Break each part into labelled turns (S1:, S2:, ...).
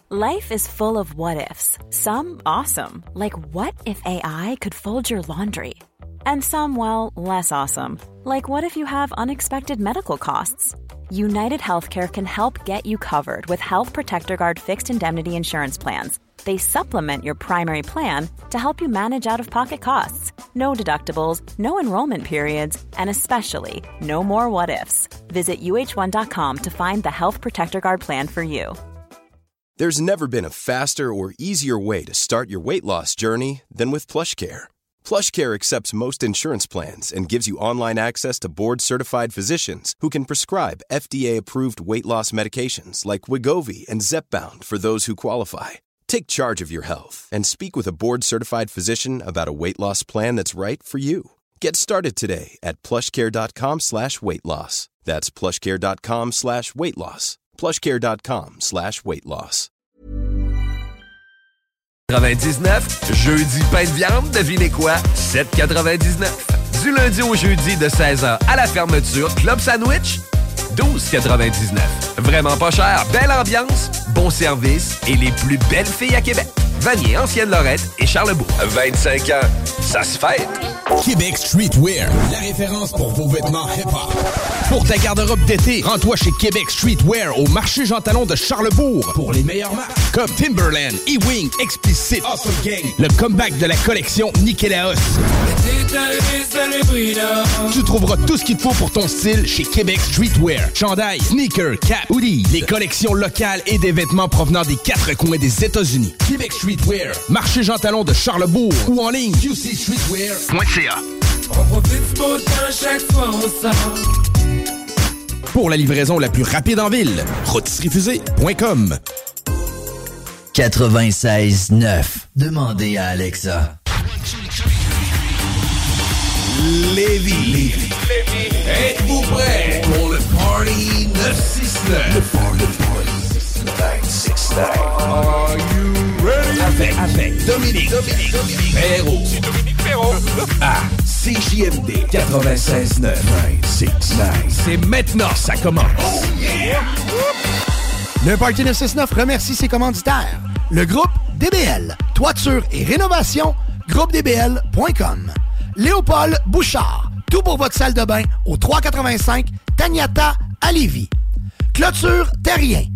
S1: Life is full of what-ifs. Some awesome, like what if AI could fold your laundry? And some, well, less awesome, like what if you have unexpected medical costs? United Healthcare can help get you covered with Health Protector Guard fixed indemnity insurance plans. They supplement your primary plan to help you manage out-of-pocket costs. No deductibles, no enrollment periods, and especially no more what-ifs. Visit UH1.com to find the Health Protector Guard plan for you.
S2: There's never been a faster or easier way to start your weight loss journey than with PlushCare. PlushCare accepts most insurance plans and gives you online access to board-certified physicians who can prescribe FDA-approved weight loss medications like Wegovy and Zepbound for those who qualify. Take charge of your health and speak with a board-certified physician about a weight loss plan that's right for you. Get started today at plushcare.com/weight loss. That's plushcare.com/weight loss. plushcare.com/weight loss.
S3: 99, jeudi pain de viande, devinez quoi? 7,99. Du lundi au jeudi de 16h à la fermeture, Club Sandwich, 12,99. Vraiment pas cher, belle ambiance, bon service et les plus belles filles à Québec. Vanier, Ancienne-Lorette et Charlebourg. 25 ans, ça se fête.
S4: Québec Streetwear, la référence pour vos vêtements hip-hop. Pour ta garde-robe d'été, rends-toi chez Québec Streetwear au marché Jean Talon de Charlebourg pour les meilleures marques comme Timberland, E-Wing, Explicit, Awesome Gang, le comeback de la collection Nikélaos. Tu trouveras tout ce qu'il te faut pour ton style chez Québec Streetwear. Chandail, sneakers, cap, hoodies, les collections locales et des vêtements provenant des 4 coins des États-Unis. Québec Streetwear, marché Jean Talon de Charlebourg ou en ligne qcstreetwear.ca.
S5: On profite du beau temps chaque fois on sort.
S4: Pour la livraison la plus rapide en ville, rôtisseriefusée.com.
S6: 96.9. Demandez à Alexa.
S4: Lévis. Êtes-vous prêts pour le Party 969? Le Party 969. Are you ready? Avec Dominique Perrault. C'est Dominique Perrault. À CJMD 96.9. 969. C'est maintenant, ça commence. Oh yeah!
S7: Le Party 969 remercie ses commanditaires. Le groupe DBL, toiture et rénovation, groupedbl.com. Léopold Bouchard, tout pour votre salle de bain au 385 Taniata à Lévis. Clôture Terrien,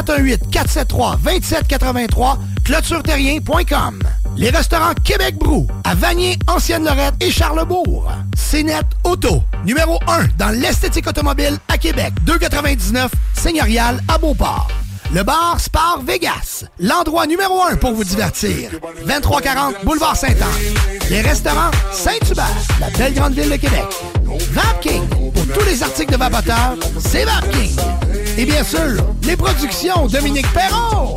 S7: 418-473-2783, clôtureterrien.com. Les restaurants Québec Brou, à Vanier, Ancienne-Lorette et Charlebourg. CNET Auto, numéro 1 dans l'esthétique automobile à Québec, 299 Seigneurial à Beauport. Le bar Spar Vegas, l'endroit numéro 1 pour vous divertir. 2340 Boulevard Sainte-Anne. Les restaurants Saint-Hubert, la belle grande ville de Québec. Vapking, pour tous les articles de vapoteurs, c'est Vapking. Et bien sûr, les productions Dominique Perrault.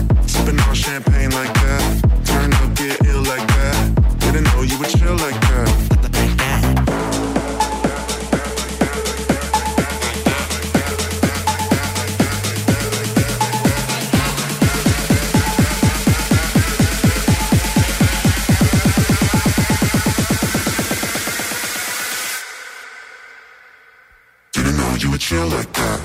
S8: Champagne like that, turn up, get ill like that. Didn't know you would chill like that. feel like that?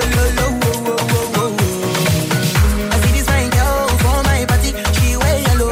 S9: I see this fine girl for my party. She wear yellow.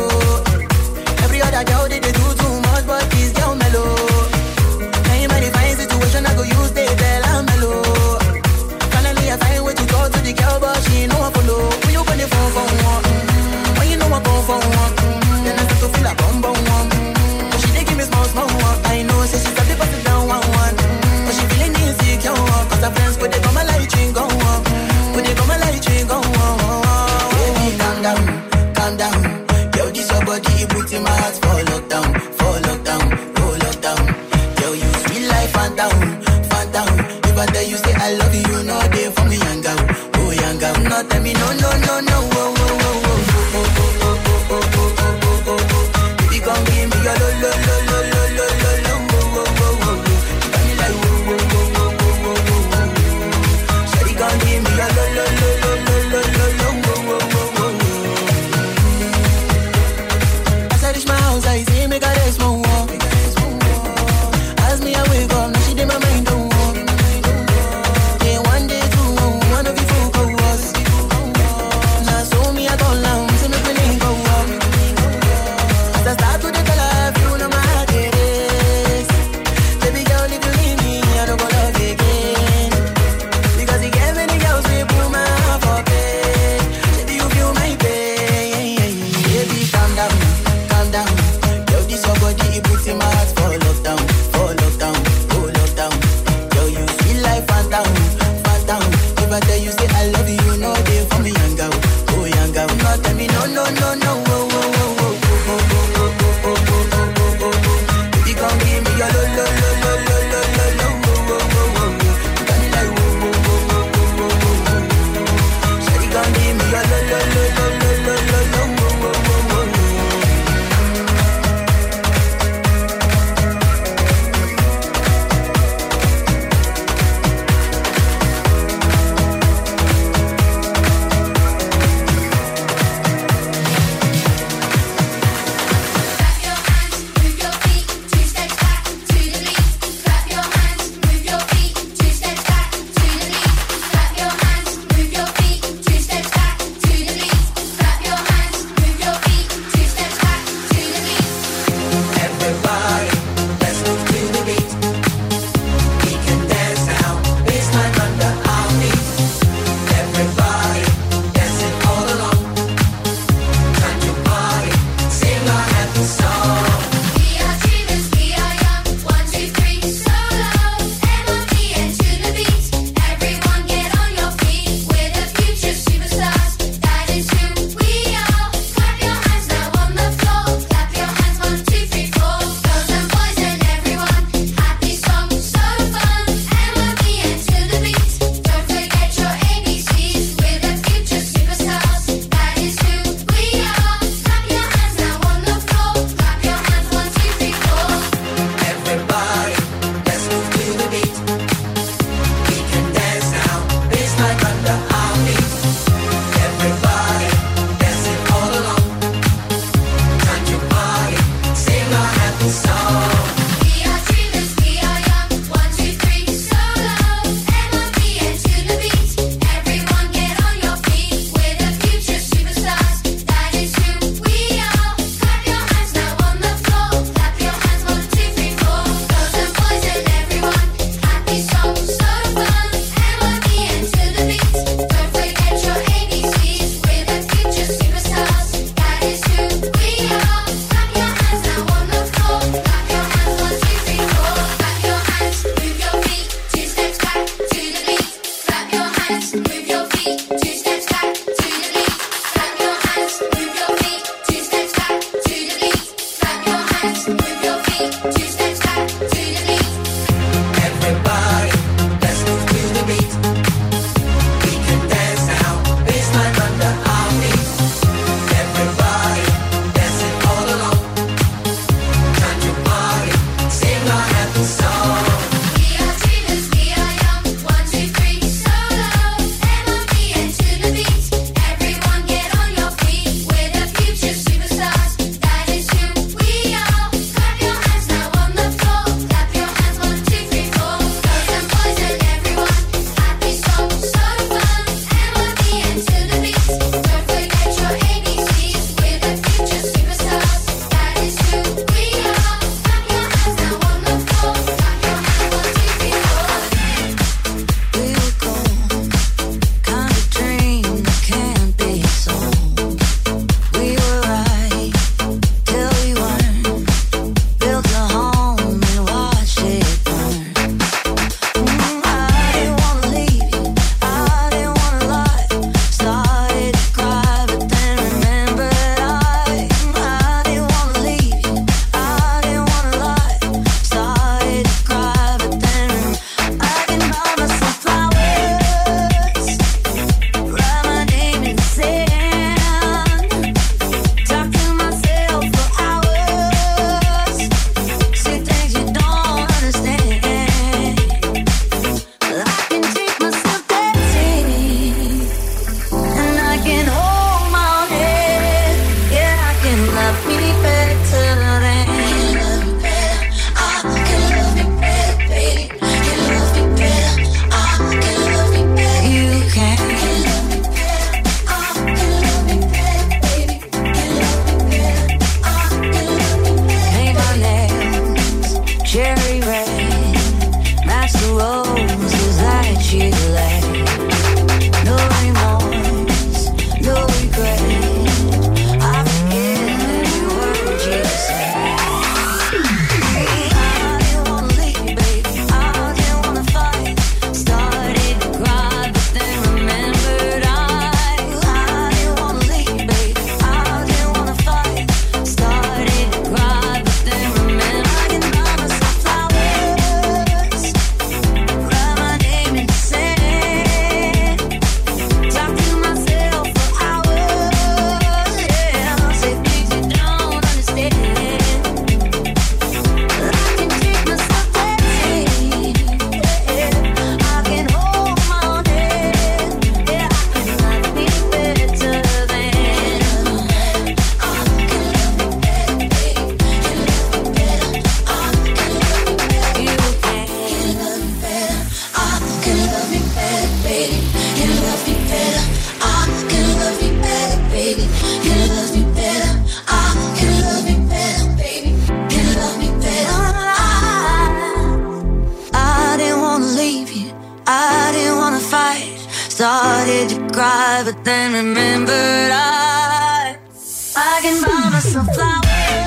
S8: but then remembered I can buy myself flowers.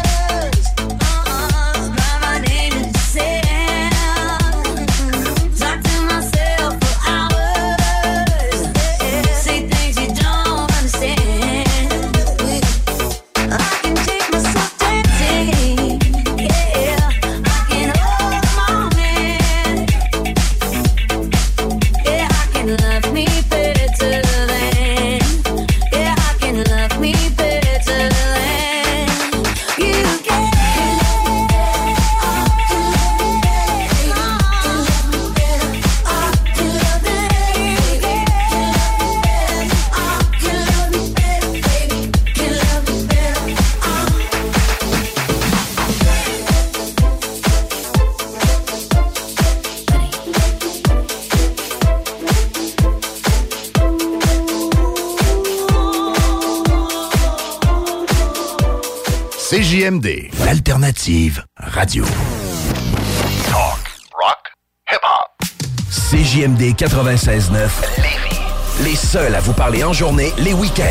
S9: CJMD, l'alternative radio.
S10: Talk, rock, hip-hop.
S3: CJMD 96.9,
S9: Lévis. Les seuls à vous parler en journée, les week-ends.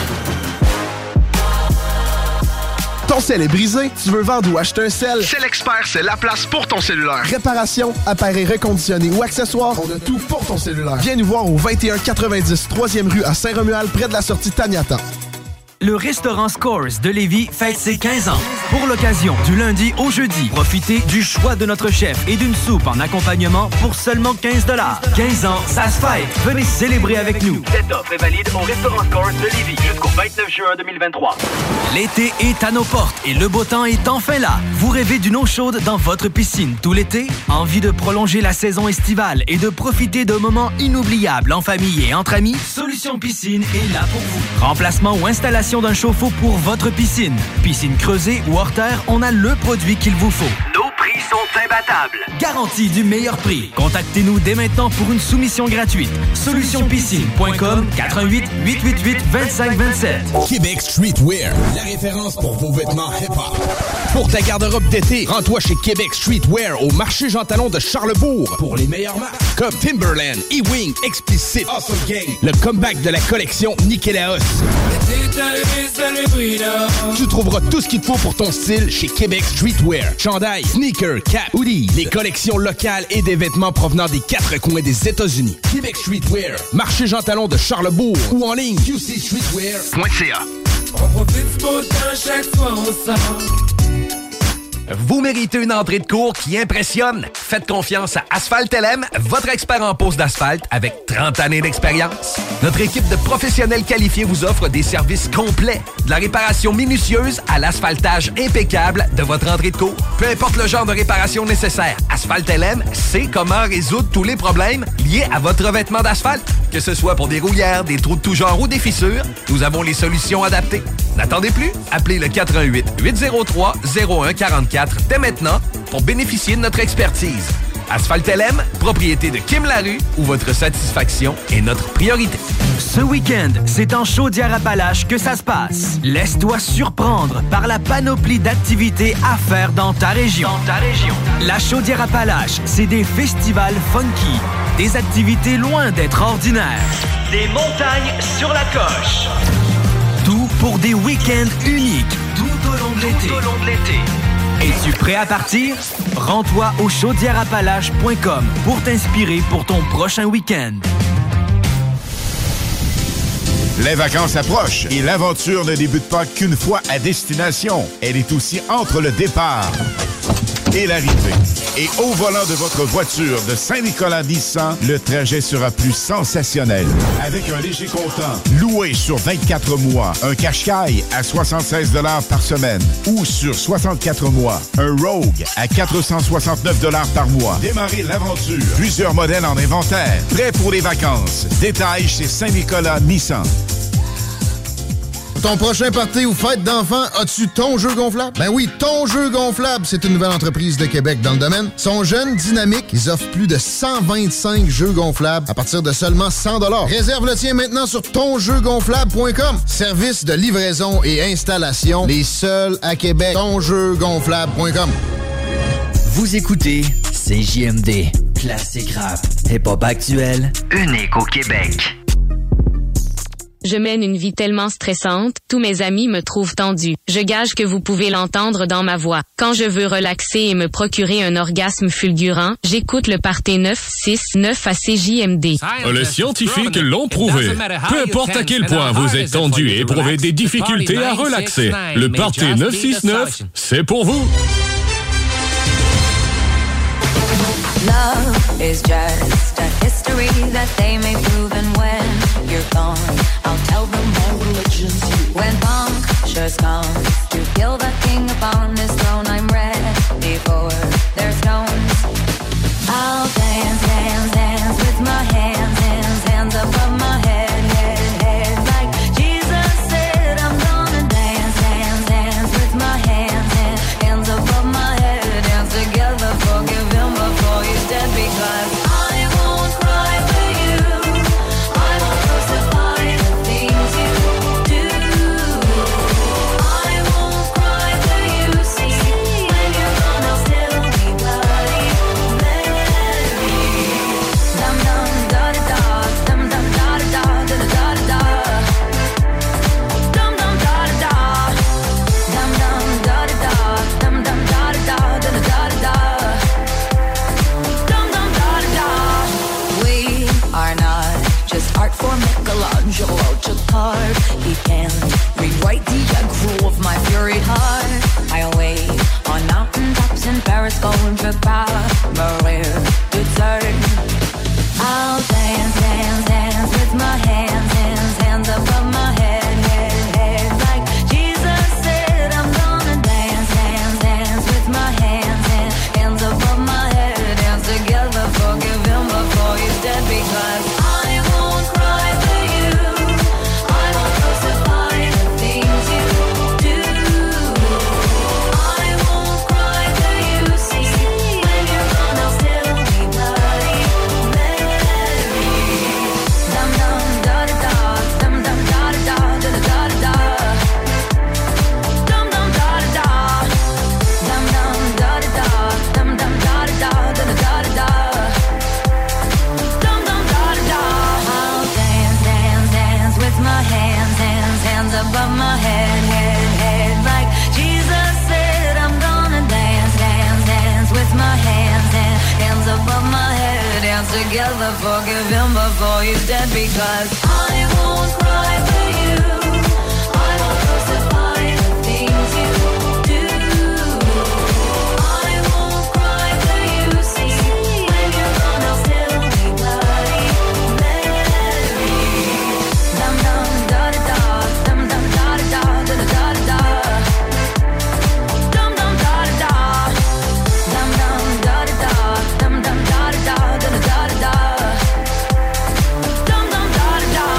S11: Ton sel est brisé? Tu veux vendre ou acheter un sel?
S12: C'est l'expert, c'est la place pour ton cellulaire.
S11: Réparation, appareils reconditionnés ou accessoires, on a tout pour ton cellulaire. Viens nous voir au 2190 3e rue à Saint-Romuald, près de la sortie Taniata.
S13: Le restaurant Scores de Lévis fête ses 15 ans. Pour l'occasion, du lundi au jeudi, profitez du choix de notre chef et d'une soupe en accompagnement pour seulement 15 $. 15 ans, ça se fête. Venez célébrer avec nous.
S14: Cette offre est valide au restaurant Scores de Lévis jusqu'au 29 juin 2023.
S13: L'été est à nos portes et le beau temps est enfin là. Vous rêvez d'une eau chaude dans votre piscine tout l'été? Envie de prolonger la saison estivale et de profiter de moments inoubliables en famille et entre amis? Solution Piscine est là pour vous. Remplacement ou installation d'un chauffe-eau pour votre piscine. Piscine creusée ou hors terre, on a le produit qu'il vous faut.
S14: Nos prix sont imbattables.
S13: Garantie du meilleur prix. Contactez-nous dès maintenant pour une soumission gratuite. Solutionpiscine.com 88 888 2527.
S4: Québec Streetwear, la référence pour vos vêtements hip-hop. Pour ta garde-robe d'été, rends-toi chez Québec Streetwear au marché Jean Talon de Charlebourg pour les meilleures marques comme Timberland, E-Wing, Explicit, Awesome Gang, le comeback de la collection Nikélaos. Tu trouveras tout ce qu'il te faut pour ton style chez Québec Streetwear. Chandail, sneakers, cap, hoodies, les collections locales et des vêtements provenant des 4 coins des États-Unis. Québec Streetwear, marché Jean Talon de Charlebourg ou en ligne qcstreetwear.ca.
S5: On profite du beau temps chaque fois on sort.
S3: Vous méritez une entrée de cours qui impressionne. Faites confiance à Asphalt LM, votre expert en pose d'asphalte avec 30 années d'expérience. Notre équipe de professionnels qualifiés vous offre des services complets, de la réparation minutieuse à l'asphaltage impeccable de votre entrée de cours. Peu importe le genre de réparation nécessaire, Asphalt LM sait comment résoudre tous les problèmes liés à votre revêtement d'asphalte. Que ce soit pour des rouillères, des trous de tout genre ou des fissures, nous avons les solutions adaptées. N'attendez plus, appelez le 88 803 0144 dès maintenant pour bénéficier de notre expertise. Asphalt LM, propriété de Kim Larue, où votre satisfaction est notre priorité.
S13: Ce week-end, c'est en Chaudière-Appalaches que ça se passe. Laisse-toi surprendre par la panoplie d'activités à faire dans ta région. La Chaudière-Appalaches, c'est des festivals funky, des activités loin d'être ordinaires,
S14: des montagnes sur la coche.
S13: Tout pour des week-ends uniques tout au long de l'été. Es-tu prêt à partir? Rends-toi au chaudièreappalaches.com pour t'inspirer pour ton prochain week-end.
S15: Les vacances approchent et l'aventure ne débute pas qu'une fois à destination. Elle est aussi entre le départ et l'arrivée. Et au volant de votre voiture de Saint-Nicolas Nissan, le trajet sera plus sensationnel. Avec un léger comptant, loué sur 24 mois, un Qashqai à 76 $ par semaine ou sur 64 mois, un Rogue à 469 $ par mois. Démarrez l'aventure. Plusieurs modèles en inventaire. Prêt pour les vacances. Détails chez Saint-Nicolas Nissan.
S16: Ton prochain party ou fête d'enfants, as-tu ton jeu gonflable? Ben oui, ton jeu gonflable, c'est une nouvelle entreprise de Québec dans le domaine. Ils sont jeunes, dynamiques, ils offrent plus de 125 jeux gonflables à partir de seulement 100 $. Réserve le tien maintenant sur tonjeugonflable.com. Service de livraison et installation, les seuls à Québec. Tonjeugonflable.com.
S6: Vous écoutez CJMD, classique rap, hip-hop actuel, unique au Québec.
S17: Je mène une vie tellement stressante, tous mes amis me trouvent tendue. Je gage que vous pouvez l'entendre dans ma voix. Quand je veux relaxer et me procurer un orgasme fulgurant, j'écoute le Party 969 à CJMD.
S18: Les scientifiques l'ont prouvé. Peu importe à quel point vous êtes tendu et éprouvez des difficultés à relaxer, le Party 969, c'est pour vous.
S8: Love is just a history that they may prove, and when you're gone, I'll tell them my religion's you. When punctures come to kill the king upon his throne, I'm ready for their stones. I'll dance, dance, dance with my hands, hands, hands above my head, head, head. Like Jesus said, I'm gonna dance, dance, dance with my hands, hands, hands above my head. Dance together, forgive him before he's dead, because I won't cry for you. I won't crucify the things you do. I won't cry for you. See, when you're gone, I'll still be bloody Mary. Dum dum da da da, dum dum da da da, da da da da. Dum dum da da da, dum dum da da da, dum dum da da da, da da da da. Dum dum da da da. We are not just art for Michelangelo to carve. He can rewrite the aggro of my fury heart. I'll wait on mountaintops in Paris, going to Maria to turn. I'll dance, dance, dance with my hands, hands, hands above my head, head, head. Like Jesus said, I'm gonna dance, dance, dance with my hands, hands, hands above my head. Dance together, forgive him before he's dead, because I won't cry for you. I won't crucify the things you do. I won't cry for you. See, when you're gone, I'll still be bloody Mary. Dum dum da da da, dum dum da da da, da da da da. Dum dum da da da, dum dum da da da, dum dum da da da, da da da da. Dum dum da da da. I'll dance, dance, dance with my hands, hands, hands above my head, head, head. Like Jesus said, I'm gonna dance, dance, dance with my hands, hands, hands above my head. Dance together, forgive him before he's dead, because I won't cry for you. I won't crucify the things you do. I won't cry for you. See, when you're gone, I'll still be bloody Mary. Dum dum da da da, dum dum da da da, da da da da. Dum dum da da da, dum dum da da da, dum dum da da da, da da da da. Dum dum da da da.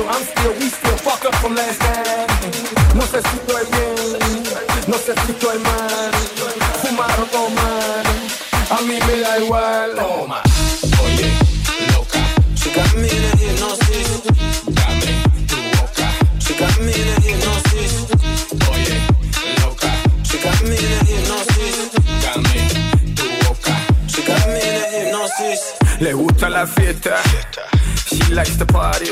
S5: we still fucked up from last night. No sé si estoy bien, no sé si estoy mal. Fumar o tomar, a mí me da igual. Toma, oye, loca. She got me in a hypnosis. Dame tu boca. She got me in a hypnosis. Oye, loca. She got me in a hypnosis. Dame tu boca. She got me in a hypnosis. Le gusta la fiesta. She likes to party.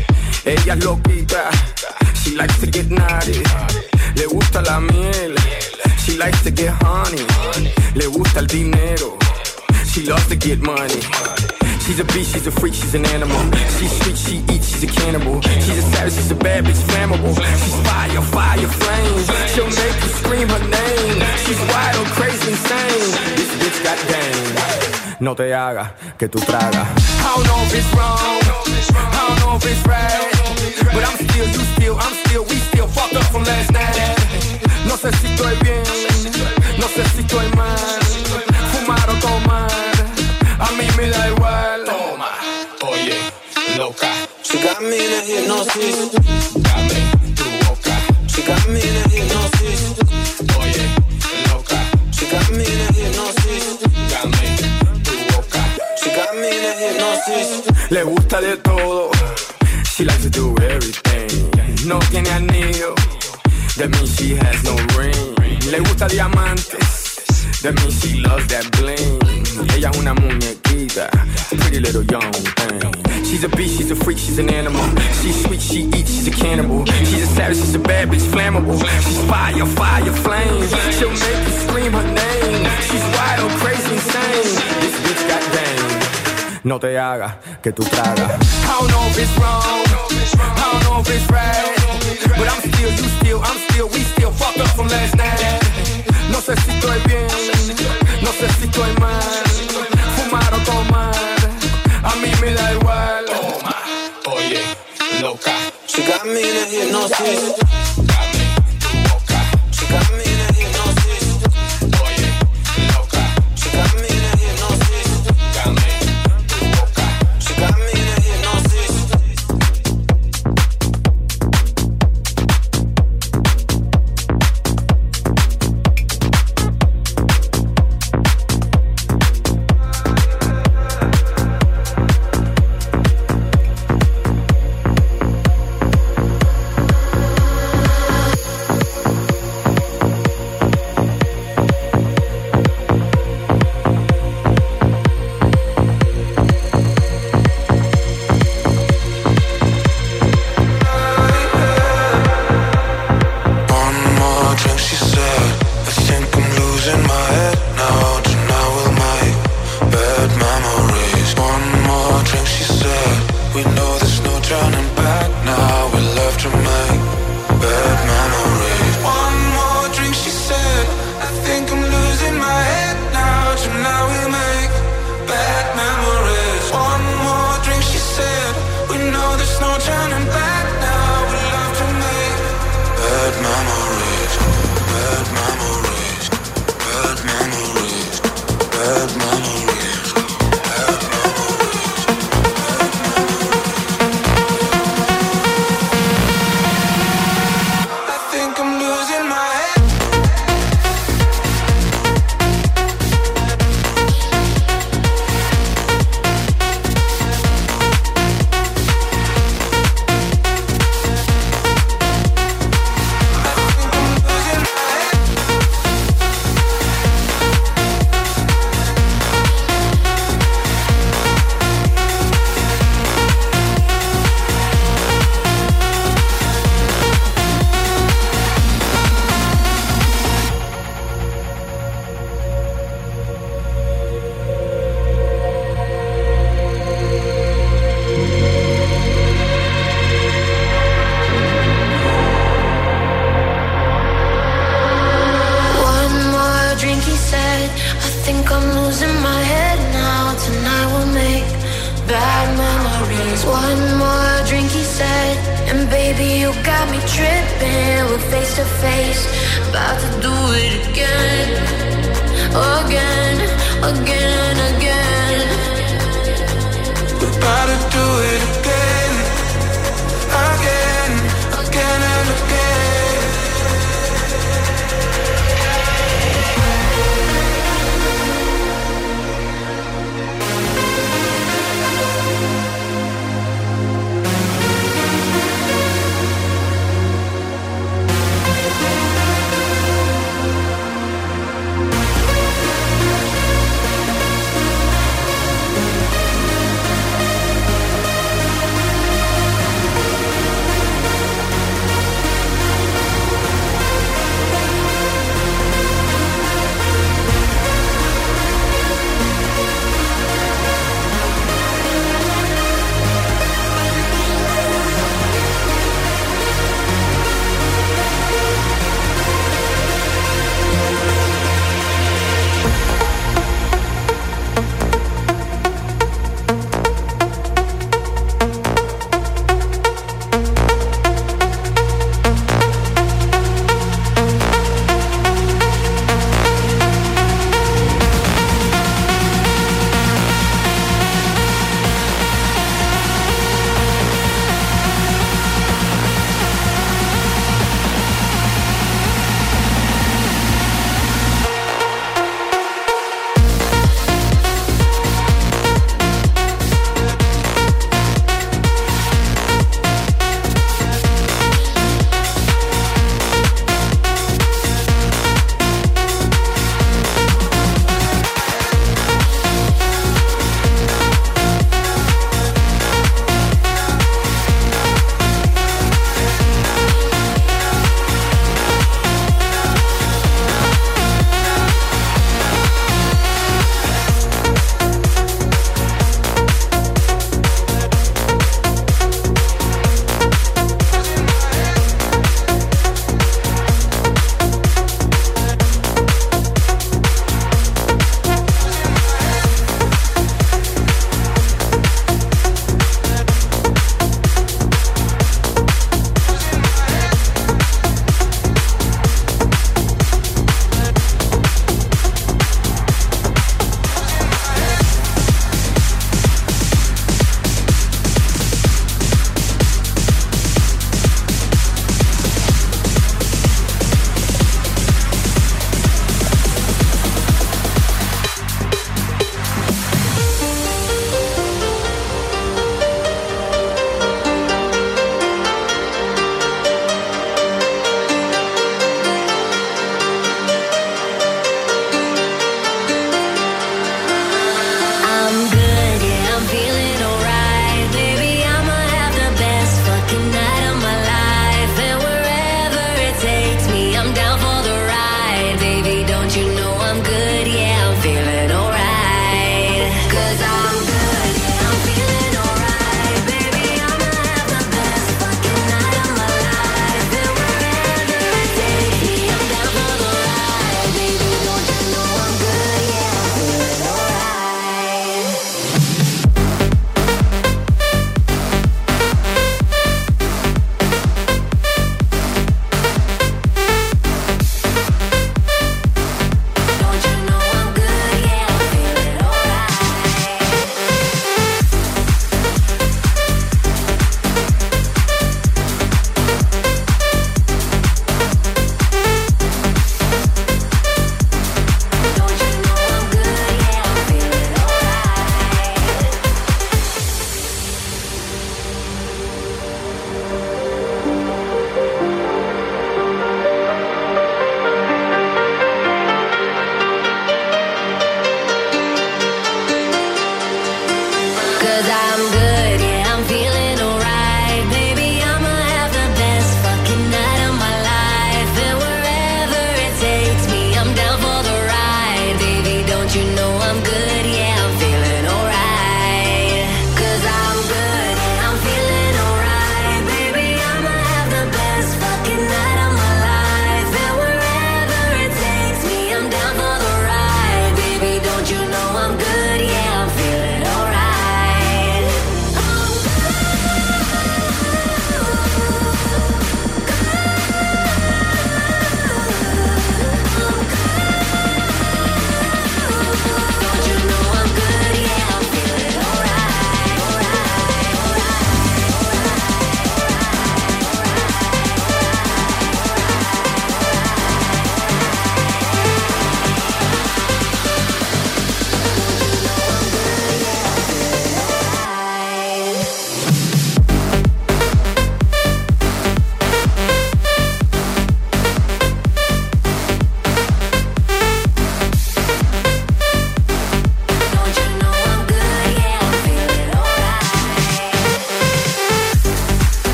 S5: Ella es loquita. She likes to get naughty. Le gusta la miel. She likes to get honey. Le gusta el dinero. She loves to get money. She's a beast, she's a freak, she's an animal. She's sweet, she eats, she's a cannibal. She's a savage, she's a bad bitch, flammable. She's fire, fire, flames. She'll make you scream her name. She's wild, crazy, insane. This bitch got game. No te hagas que tú tragas. I don't know if it's wrong, I don't know if it's right, but I'm still, you still, I'm still, we still fucked up from last night. No sé si estoy bien, no sé si estoy mal. Fumar o tomar, a mí me da igual. Toma, oye, loca. She got me in a hypnosis. Dame tu boca. She got me in a hypnosis. Oye, loca. She got me in a hypnosis. Dame tu boca. She got me in a hypnosis. Le gusta de todo. She likes to do everything. No tiene anillo. That means she has no ring. Le gusta diamantes. That means she loves that bling. Ella es una muñequita, pretty little young thing. She's a beast, she's a freak, she's an animal. She's sweet, she eats, she's a cannibal. She's a savage, she's a bad bitch, flammable. She's fire, fire, flames. She'll make you scream her name. She's wild, crazy, insane. This bitch got game. No te hagas que tú tragas. I don't know if it's wrong, I don't know if it's right, but I'm still, you still, I'm still, we still fucked up from last night. No sé si estoy bien, no sé si estoy mal. Fumar o tomar, a mí me da igual. Toma, oye, loca. She got me in a hypnosis. Dame tu boca. She got me in a hypnosis. Oye, loca. She got me in a hypnosis. Dame tu boca. She got me in a hypnosis. About to do it again. I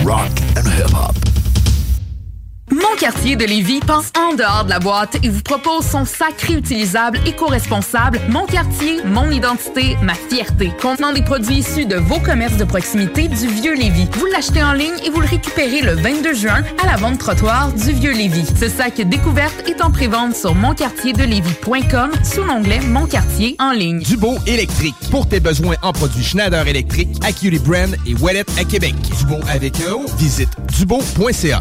S10: rock and hip-hop.
S19: Moncartier de Lévis pense en dehors de la boîte et vous propose son sac réutilisable éco-responsable Moncartier, mon identité, ma fierté. Contenant des produits issus de vos commerces de proximité du Vieux-Lévis. Vous l'achetez en ligne et vous le récupérez le 22 juin à la vente trottoir du Vieux-Lévis. Ce sac découverte est en prévente sur moncartierdelévis.com sous l'onglet Moncartier en ligne.
S4: Dubo électrique. Pour tes besoins en produits Schneider électrique, Acuity Brand et Ouellet à Québec. Dubo avec un O. Visite dubo.ca.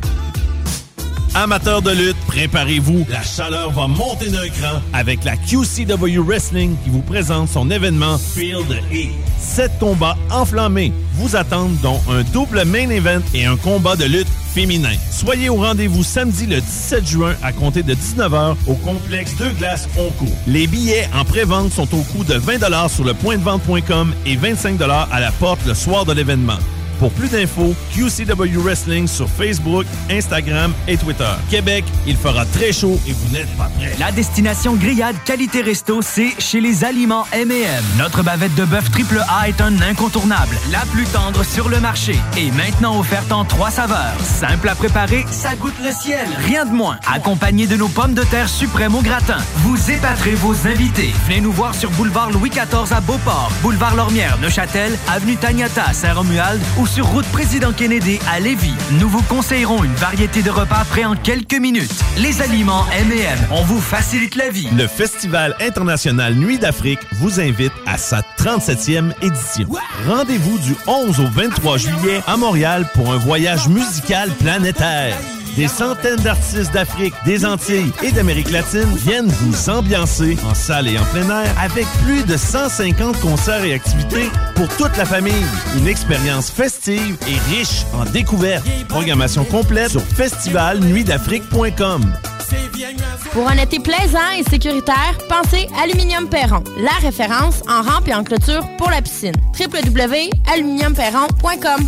S20: Amateurs de lutte, préparez-vous. La chaleur va monter d'un cran avec la QCW Wrestling qui vous présente son événement Field E. 7 combats enflammés vous attendent, dont un double main event et un combat de lutte féminin. Soyez au rendez-vous samedi le 17 juin à compter de 19h au complexe Deux Glaces Oncourt. Les billets en pré-vente sont au coût de 20$ sur le pointdevente.com et 25$ à la porte le soir de l'événement. Pour plus d'infos, QCW Wrestling sur Facebook, Instagram et Twitter. Québec, il fera très chaud et vous n'êtes pas prêts.
S13: La destination grillade qualité resto, c'est chez les Aliments M&M. Notre bavette de bœuf AAA est un incontournable, la plus tendre sur le marché. Et maintenant offerte en 3 saveurs. Simple à préparer, ça goûte le ciel. Rien de moins. Accompagné de nos pommes de terre suprêmes au gratin. Vous épaterez vos invités. Venez nous voir sur boulevard Louis XIV à Beauport, boulevard Lormière, Neuchâtel, avenue Taniata à Saint-Romuald ou sur route Président Kennedy à Lévis. Nous vous conseillerons une variété de repas prêts en quelques minutes. Les Aliments M&M, on vous facilite la vie.
S20: Le Festival international Nuit d'Afrique vous invite à sa 37e édition. Rendez-vous du 11 au 23 juillet à Montréal pour un voyage musical planétaire. Des centaines d'artistes d'Afrique, des Antilles et d'Amérique latine viennent vous ambiancer en salle et en plein air avec plus de 150 concerts et activités pour toute la famille. Une expérience festive et riche en découvertes. Programmation complète sur festivalnuitdafrique.com.
S21: Pour un été plaisant et sécuritaire, pensez Aluminium Perron, la référence en rampe et en clôture pour la piscine. www.aluminiumperron.com.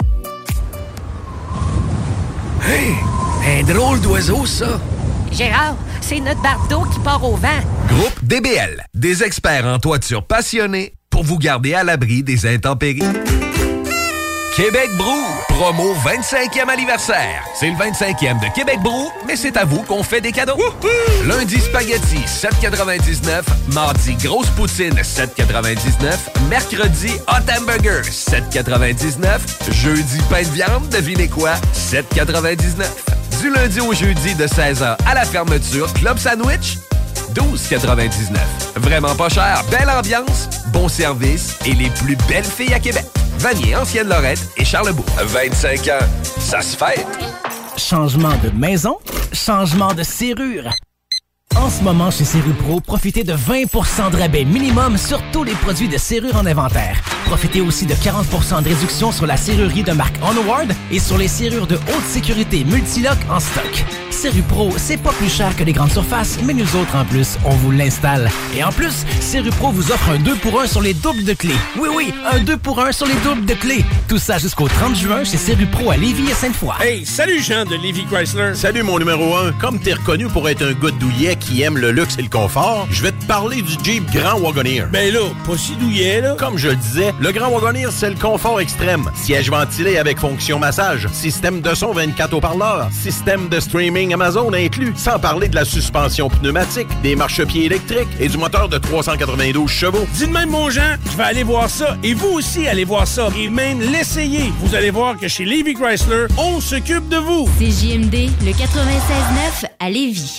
S3: Hey! Un drôle d'oiseau, ça!
S22: Gérard, c'est notre bardeau qui part au vent.
S3: Groupe DBL, des experts en toiture passionnés pour vous garder à l'abri des intempéries. Québec Brou, promo 25e anniversaire. C'est le 25e de Québec Brou, mais c'est à vous qu'on fait des cadeaux. Wouhou! Lundi, spaghetti, 7,99. Mardi, grosse poutine, 7,99. Mercredi, hot hamburger, 7,99. Jeudi, pain de viande, devinez quoi? 7,99. Du lundi au jeudi de 16h à la fermeture, Club Sandwich, 12,99. Vraiment pas cher, belle ambiance, bon service et les plus belles filles à Québec. Vanier, Ancienne-Lorette et Charlebourg. 25 ans, ça se fait.
S23: Changement de maison, changement de serrure. En ce moment, chez Serrupro, profitez de 20% de rabais minimum sur tous les produits de serrure en inventaire. Profitez aussi de 40% de réduction sur la serrurerie de marque Onward et sur les serrures de haute sécurité Multilock en stock. Serrupro, c'est pas plus cher que les grandes surfaces, mais nous autres, en plus, on vous l'installe. Et en plus, Serrupro vous offre un 2 pour 1 sur les doubles de clés. Oui, un 2 pour 1 sur les doubles de clés. Tout ça jusqu'au 30 juin chez Serrupro à Lévis et Sainte-Foy.
S24: Hey, salut Jean de Lévis Chrysler. Salut mon numéro 1. Comme t'es reconnu pour être un gars douillet qui aime le luxe et le confort, je vais te parler du Jeep Grand Wagoneer. Ben là, pas si douillet, là. Comme je le disais, le Grand Wagoneer, c'est le confort extrême. Siège ventilé avec fonction massage, système de son 24 haut-parleurs, système de streaming Amazon inclus, sans parler de la suspension pneumatique, des marchepieds électriques et du moteur de 392 chevaux. Dis de même, mon Jean, je vais aller voir ça. Et vous aussi, allez voir ça. Et même l'essayer. Vous allez voir que chez Lévis Chrysler, on s'occupe de vous.
S25: C'est JMD, le 96.9 à Lévis.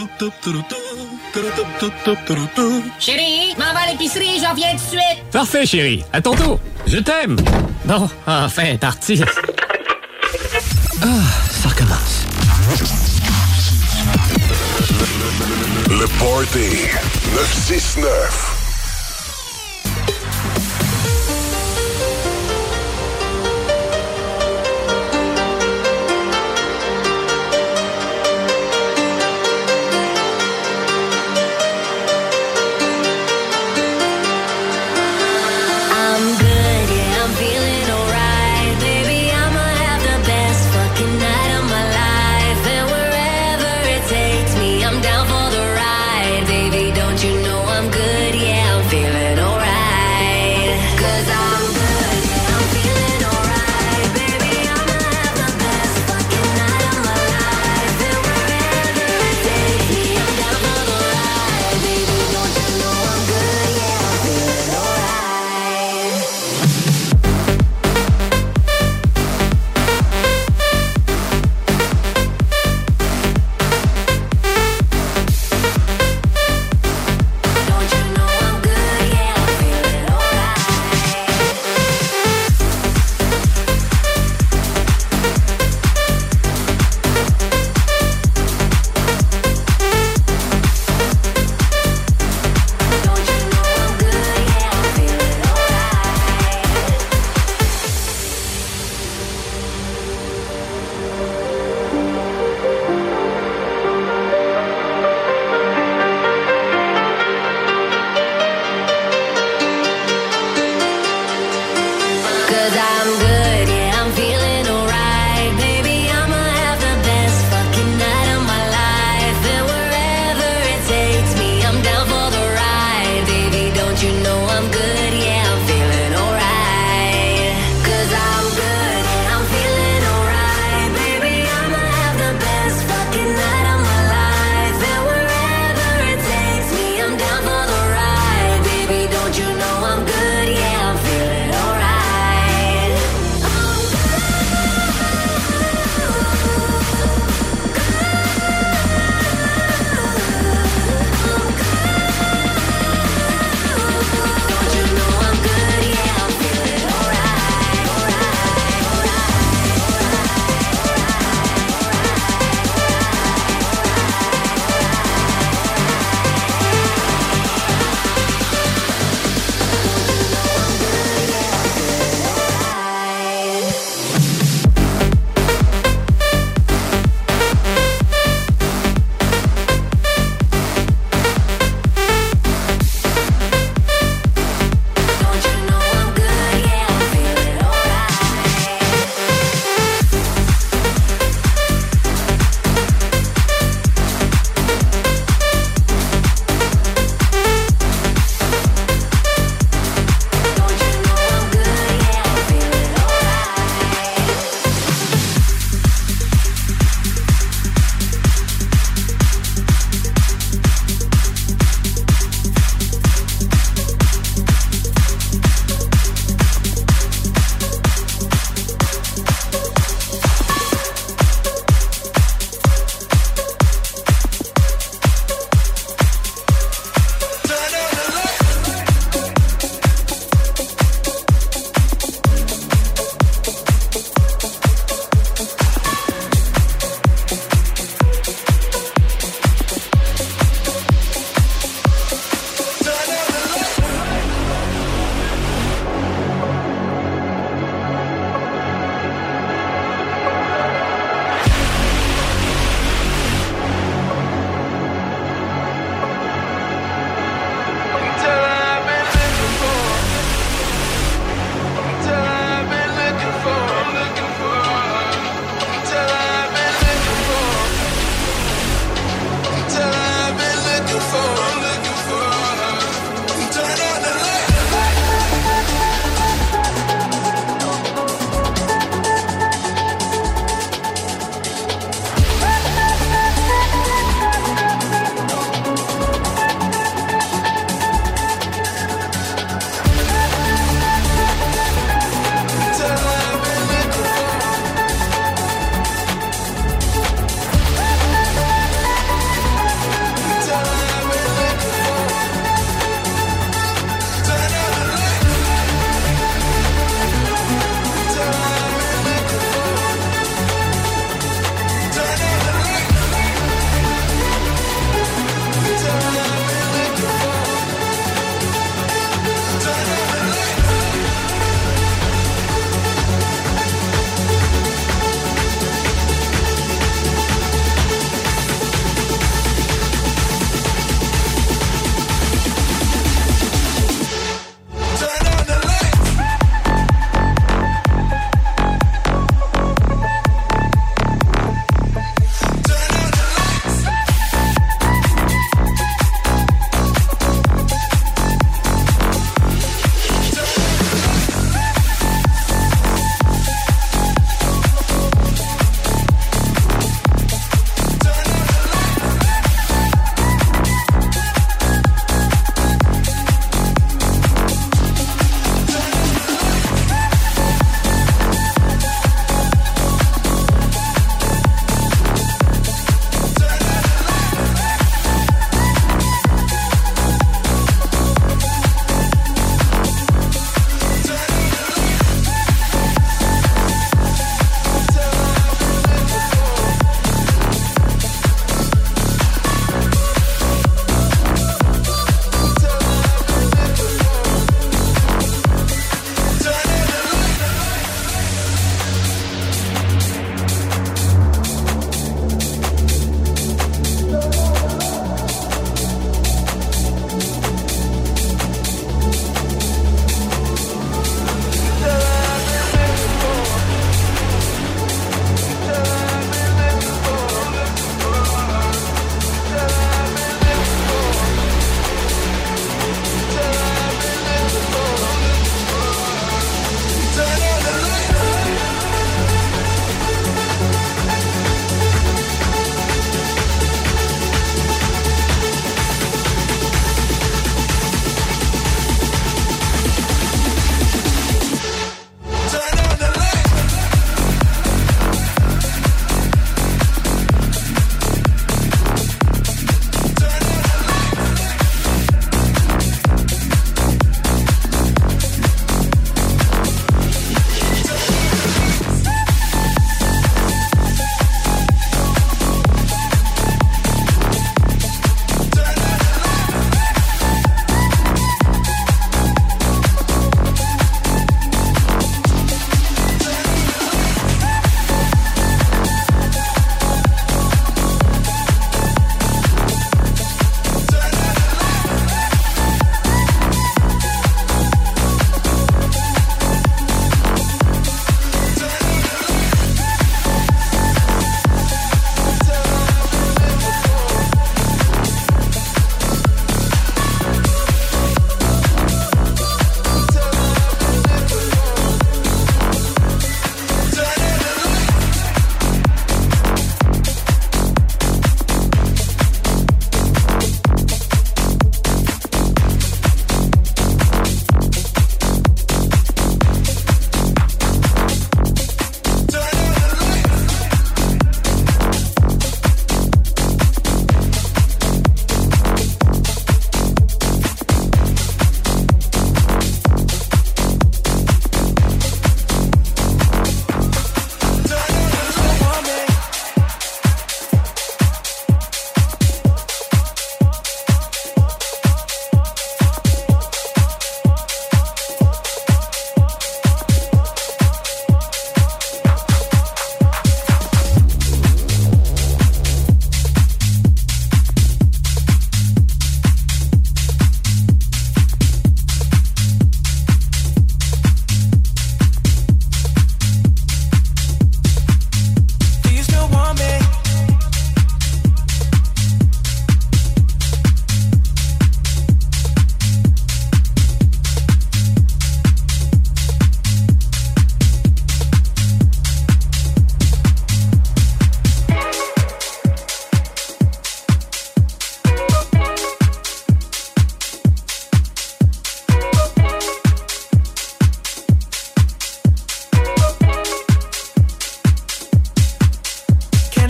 S22: Chérie, m'en va à l'épicerie, j'en viens tout de suite.
S26: Parfait, chérie. À tantôt. Je t'aime. Bon, enfin, parti.
S3: Ah, ça recommence.
S10: Le Party 969.
S25: I'm down for the ride, baby. Don't you know I'm good? Yeah.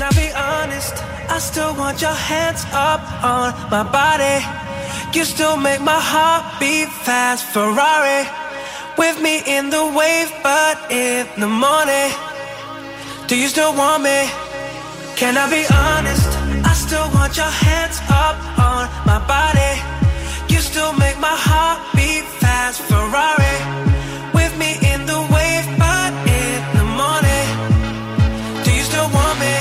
S1: I be honest? I still want your hands up on my body. You still make my heart beat fast. Ferrari with me in the wave, but in the morning. Do you still want me? Can I be honest? I still want your hands up on my body. You still make my heart beat fast. Ferrari with me in the wave, but in the morning. Do you still want me?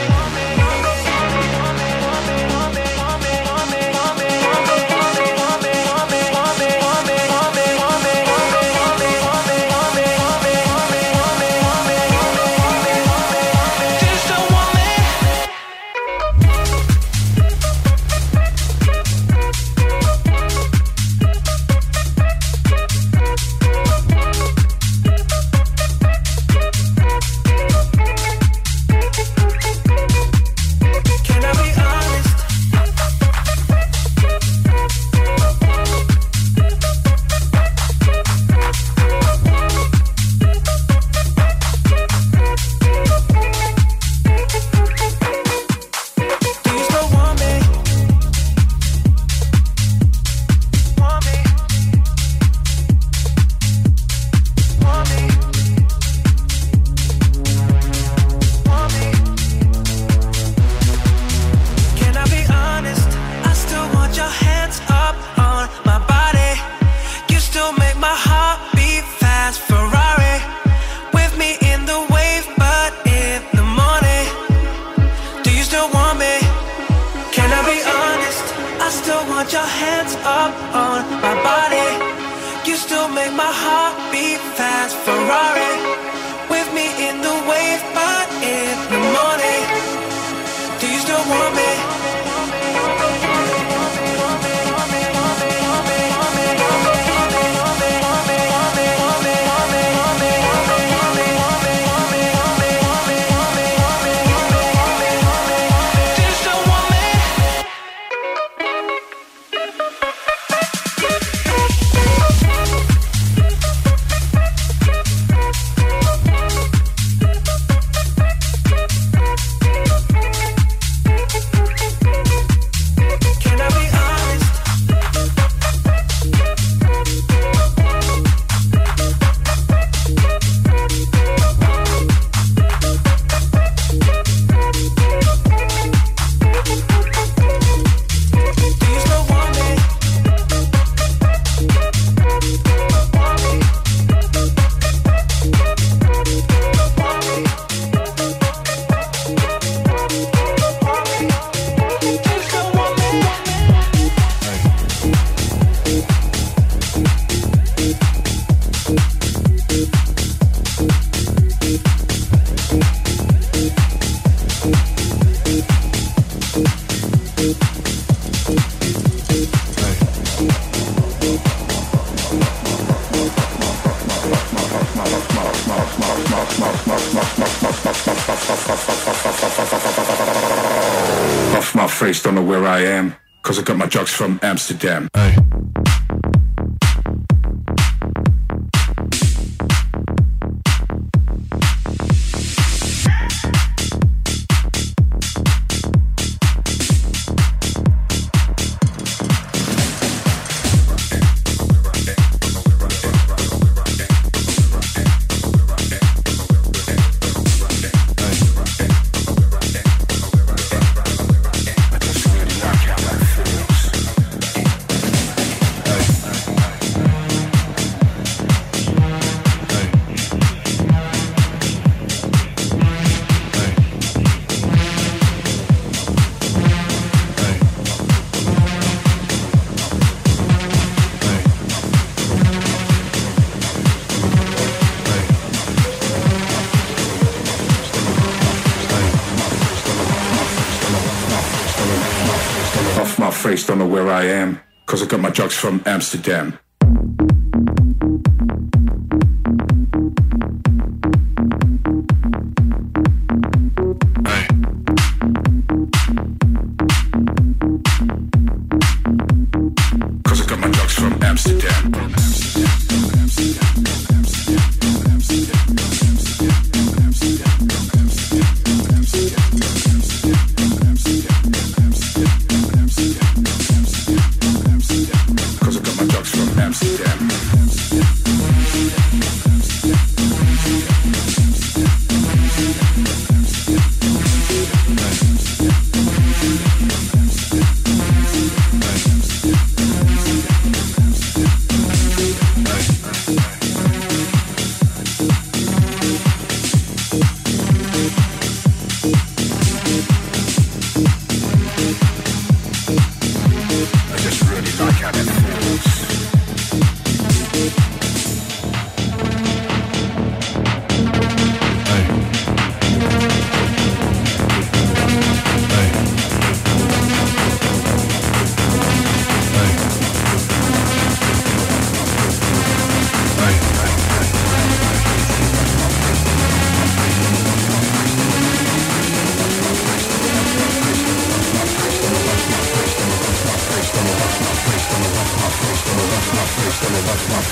S2: Off my face, don't know where I am, cause I got my drugs from Amsterdam. Hey. Don't know where I am, cause I got my drugs from Amsterdam. Cause I got my drugs from Amsterdam.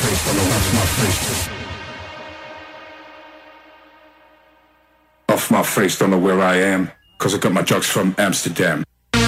S2: Off my face, don't know where I am, cause I got my drugs from Amsterdam.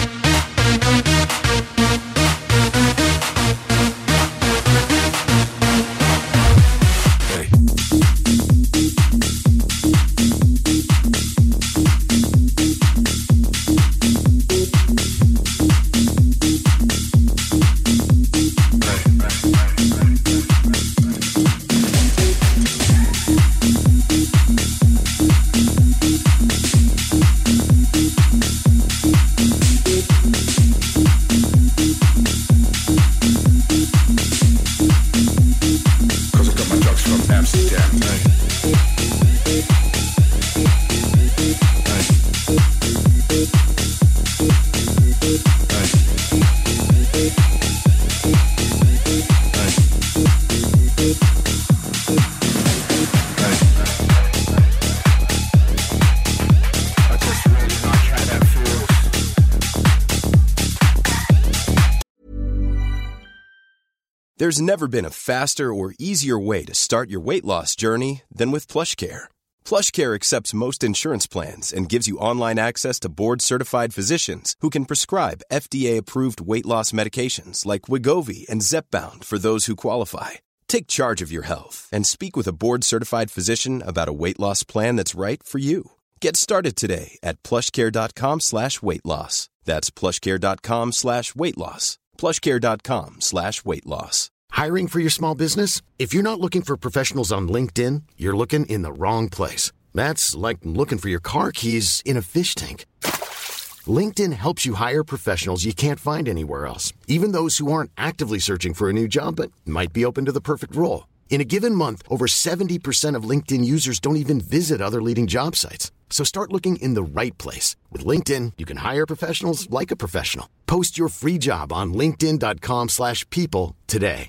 S7: There's never been a faster or easier way to start your weight loss journey than with PlushCare. PlushCare accepts most insurance plans and gives you online access to board-certified physicians who can prescribe FDA-approved weight loss medications like Wegovy and Zepbound for those who qualify. Take charge of your health and speak with a board-certified physician about a weight loss plan that's right for you. Get started today at plushcare.com/weight loss. That's plushcare.com/weight loss. plushcare.com/weight loss.
S9: Hiring for your small business? If you're not looking for professionals on LinkedIn, you're looking in the wrong place. That's like looking for your car keys in a fish tank. LinkedIn helps you hire professionals you can't find anywhere else, even those who aren't actively searching for a new job but might be open to the perfect role. In a given month, over 70% of LinkedIn users don't even visit other leading job sites. So start looking in the right place. With LinkedIn, you can hire professionals like a professional. Post your free job on linkedin.com/people today.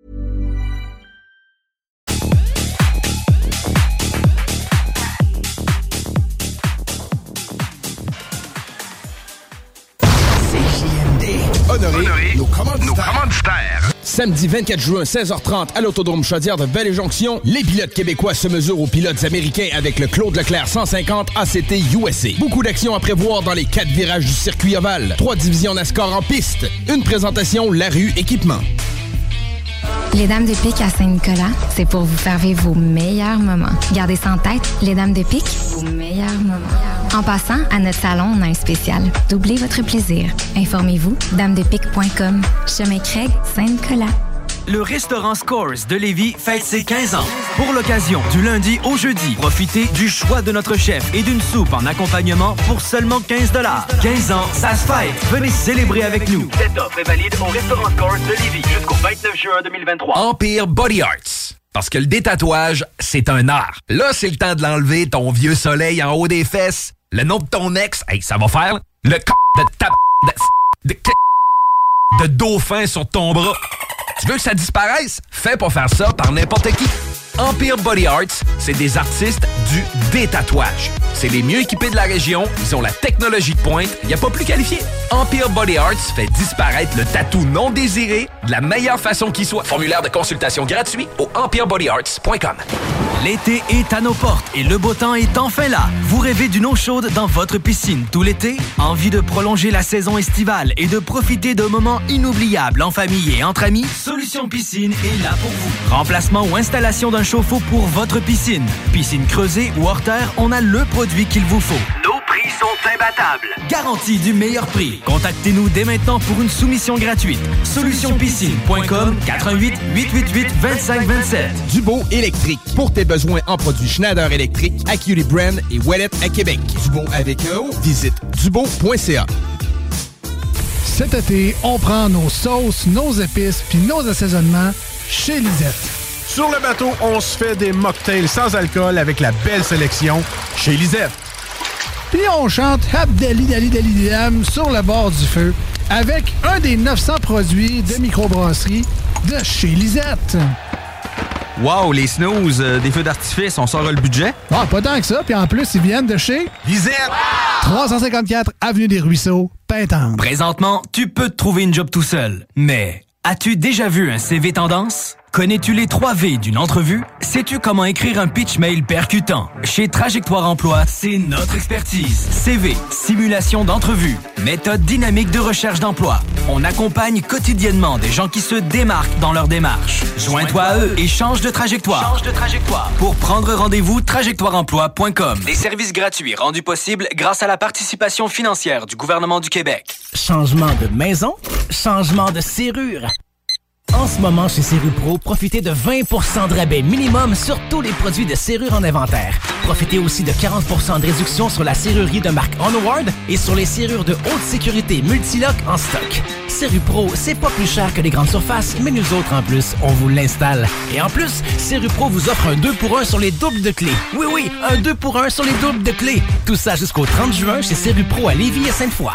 S4: Honoré nos commanditaires. Samedi 24 juin, 16h30, à l'Autodrome Chaudière de Belle-et-Jonction, les pilotes québécois se mesurent aux pilotes américains avec le Claude Leclerc 150 ACT USA. Beaucoup d'actions à prévoir dans les 4 virages du circuit ovale. 3 divisions NASCAR en piste. Une présentation Larue Équipement.
S11: Les Dames de Pique à Saint-Nicolas, c'est pour vous faire vivre vos meilleurs moments. Gardez ça en tête, les Dames de Pique, vos meilleurs moments. En passant, à notre salon, on a un spécial. Doublez votre plaisir. Informez-vous, damedepique.com. Chemin Craig, Saint-Nicolas.
S13: Le restaurant Scores de Lévis fête ses 15 ans. Pour l'occasion, du lundi au jeudi, profitez du choix de notre chef et d'une soupe en accompagnement pour seulement 15 $. 15 ans, ça se fête. Venez célébrer avec nous.
S12: Cette offre est valide au restaurant Scores de Lévis jusqu'au 29 juin 2023.
S3: Empire Body Arts. Parce que le détatouage, c'est un art. Là, c'est le temps de l'enlever, ton vieux soleil en haut des fesses. Le nom de ton ex, hey, ça va faire. Le de dauphin sur ton bras. Tu veux que ça disparaisse? Fais pas faire ça par n'importe qui. Empire Body Arts, c'est des artistes du détatouage. C'est les mieux équipés de la région, ils ont la technologie de pointe, il n'y a pas plus qualifié. Empire Body Arts fait disparaître le tatou non désiré de la meilleure façon qui soit. Formulaire de consultation gratuit au empirebodyarts.com.
S13: L'été est à nos portes et le beau temps est enfin là. Vous rêvez d'une eau chaude dans votre piscine tout l'été? Envie de prolonger la saison estivale et de profiter de moments inoubliables en famille et entre amis? Solution Piscine est là pour vous. Remplacement ou installation d'un chauffe-eau pour votre piscine. Piscine creusée ou hors terre, on a le produit qu'il vous faut.
S12: Nos prix sont imbattables.
S13: Garantie du meilleur prix. Contactez-nous dès maintenant pour une soumission gratuite. Solutionpiscine.com 88 888 2527.
S4: Dubo électrique. Pour tes besoins en produits Schneider électrique, Acuity Brand et Ouellet à Québec. Dubo avec un O. Visite dubo.ca.
S14: Cet été, on prend nos sauces, nos épices puis nos assaisonnements chez Lisette.
S20: Sur le bateau, on se fait des mocktails sans alcool avec la belle sélection chez Lisette.
S14: Puis on chante Abdali Dali Dali Dam sur le bord du feu avec un des 900 produits de microbrasserie de chez Lisette.
S15: Wow, les snooze, des feux d'artifice, on sort le budget?
S14: Ah, pas tant que ça, puis en plus, ils viennent de chez
S20: Lisette!
S14: 354 Avenue des Ruisseaux, Pintendre.
S13: Présentement, tu peux te trouver une job tout seul, mais As-tu déjà vu un CV tendance? Connais-tu les 3 V d'une entrevue? Sais-tu comment écrire un pitch mail percutant? Chez Trajectoire Emploi, c'est notre expertise. CV, simulation d'entrevue, méthode dynamique de recherche d'emploi. On accompagne quotidiennement des gens qui se démarquent dans leur démarche. Joins-toi à eux et change de trajectoire. Pour prendre rendez-vous, trajectoireemploi.com. Des services gratuits rendus possibles grâce à la participation financière du gouvernement du Québec.
S23: Changement de maison? Changement de serrure? En ce moment, chez Serrupro, profitez de 20% de rabais minimum sur tous les produits de serrure en inventaire. Profitez aussi de 40% de réduction sur la serrurerie de marque Onward et sur les serrures de haute sécurité Multilock en stock. Serrupro, c'est pas plus cher que les grandes surfaces, mais nous autres, en plus, on vous l'installe. Et en plus, Serrupro vous offre un 2 pour 1 sur les doubles de clés. Oui, un 2 pour 1 sur les doubles de clés. Tout ça jusqu'au 30 juin chez Serrupro à Lévis et Sainte-Foy.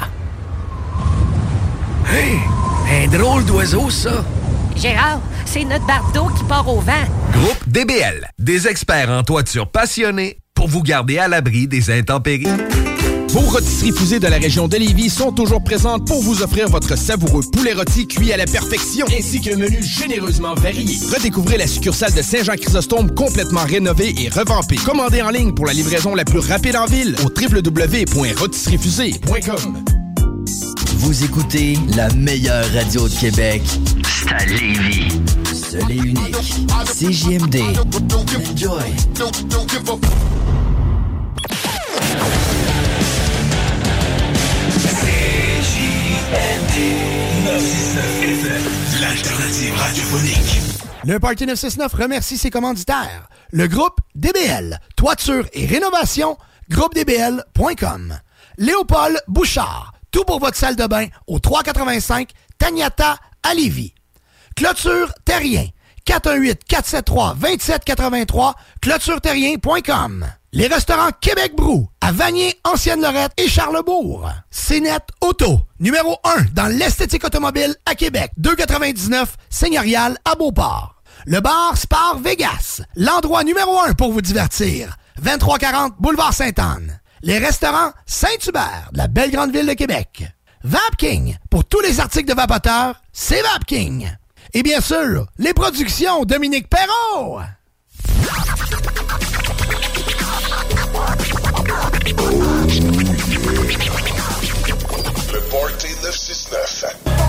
S3: Hey, un drôle d'oiseau, ça!
S5: Gérard, c'est notre bardeau qui part au vent.
S3: Groupe DBL, des experts en toiture passionnés pour vous garder à l'abri des intempéries.
S4: Vos rôtisseries fusées de la région de Lévis sont toujours présentes pour vous offrir votre savoureux poulet rôti cuit à la perfection, ainsi qu'un menu généreusement varié. Redécouvrez la succursale de Saint-Jean-Chrysostome complètement rénovée et revampée. Commandez en ligne pour la livraison la plus rapide en ville au www.rôtisseriefusée.com.
S6: Vous écoutez la meilleure radio de Québec. C'est à Lévis. Seul et unique. CJMD. Enjoy.
S1: CJMD 969 FM, l'alternative radiophonique.
S8: Le Party 969 remercie ses commanditaires. Le groupe DBL, toiture et rénovation, groupedbl.com. Léopold Bouchard, tout pour votre salle de bain au 385 Taniata à Lévis. Clôture Terrien, 418-473-2783, clôtureterrien.com. Les restaurants Québec Brou, à Vanier, Ancienne-Lorette et Charlesbourg. CNET Auto, numéro 1 dans l'esthétique automobile à Québec, 299 Seigneurial à Beauport. Le bar Spar Vegas, l'endroit numéro 1 pour vous divertir, 2340 Boulevard Sainte-Anne. Les restaurants Saint-Hubert, de la belle grande ville de Québec. Vapking, pour tous les articles de vapoteurs, c'est Vapking. Et bien sûr, les productions Dominique Perrault.
S10: Le Party 969.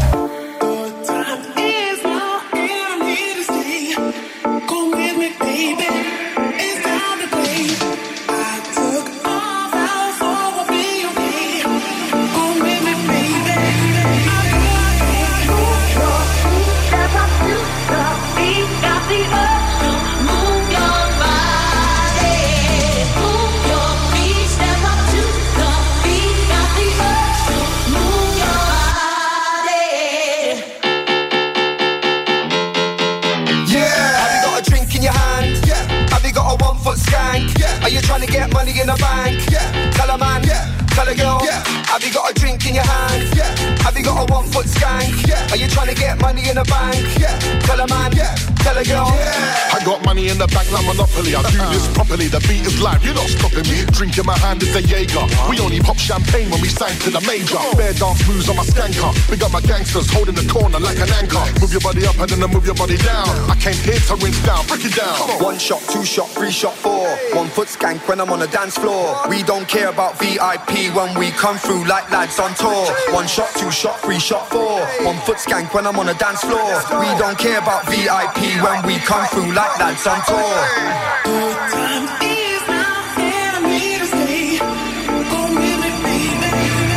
S16: Are you trying to get money in the bank? Yeah. Tell a man, yeah. Tell a girl, yeah. Have you got a drink in your hand? Yeah. Have you got a 1-foot skank? Yeah. Are you trying to get money in the bank? Yeah. Tell a man, yeah. Tell a girl, yeah.
S10: I got money in the bank like Monopoly. I do this properly. The beat is live. You're not stopping me. Drink in my hand is a Jaeger. We only pop champagne when we sign to the major. Bare dance moves on my skanker. Big up my gangsters holding the corner like an anchor. Move your body up and then move your body down. I came here to rinse down. Break it down.
S16: 1 shot, 2 shot, 3 shot, 4. 1-foot skank when I'm on the dance floor. We don't care about VIP when we come through like lads on tour. 1 shot, 2 shot, 3 shot, 4. 1-foot skank when I'm on the dance floor. We don't care about VIP when we come through like lads on tour. Good time is now and I'm here to stay. Come with me, baby.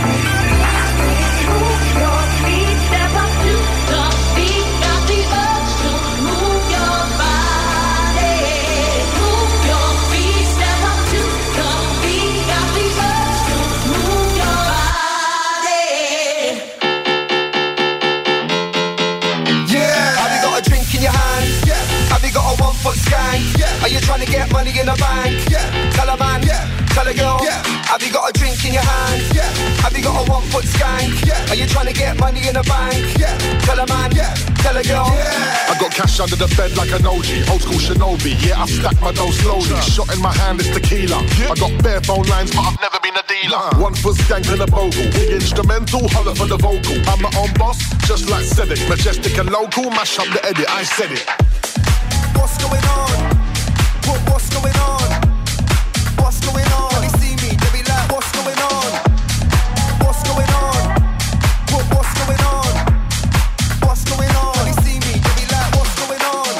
S16: Move your feet, step up to the beat. Got the urge to move your body. Move your feet, step up to the beat. Got the urge to move your body. Yeah. Have you got a drink in your hand? Yeah. Have you got a 1-foot skank? Yeah. Are you trying to get money in the bank? Yeah. Tell a man, yeah. Tell a girl, yeah. Have you got a drink in your hand? Yeah. Have you got a 1-foot skank? Yeah. Are you trying to get money in the bank? Yeah. Tell a man, yeah. Tell a girl, yeah.
S10: I got cash under the bed like an OG, old school shinobi. Yeah, I stack my dough slowly. Shot in my hand is tequila. I got bare phone lines, but I've never been a dealer. 1 foot skank and a bogle. The instrumental, holler for the vocal. I'm my own boss, just like Cedric. Majestic and local, mash up the edit, I said it.
S1: What's going on? What's going on? What's going on? When they see me, they be like, what's going on? What's going on? What's going on? What's going on? When they see me, they be like, what's going on?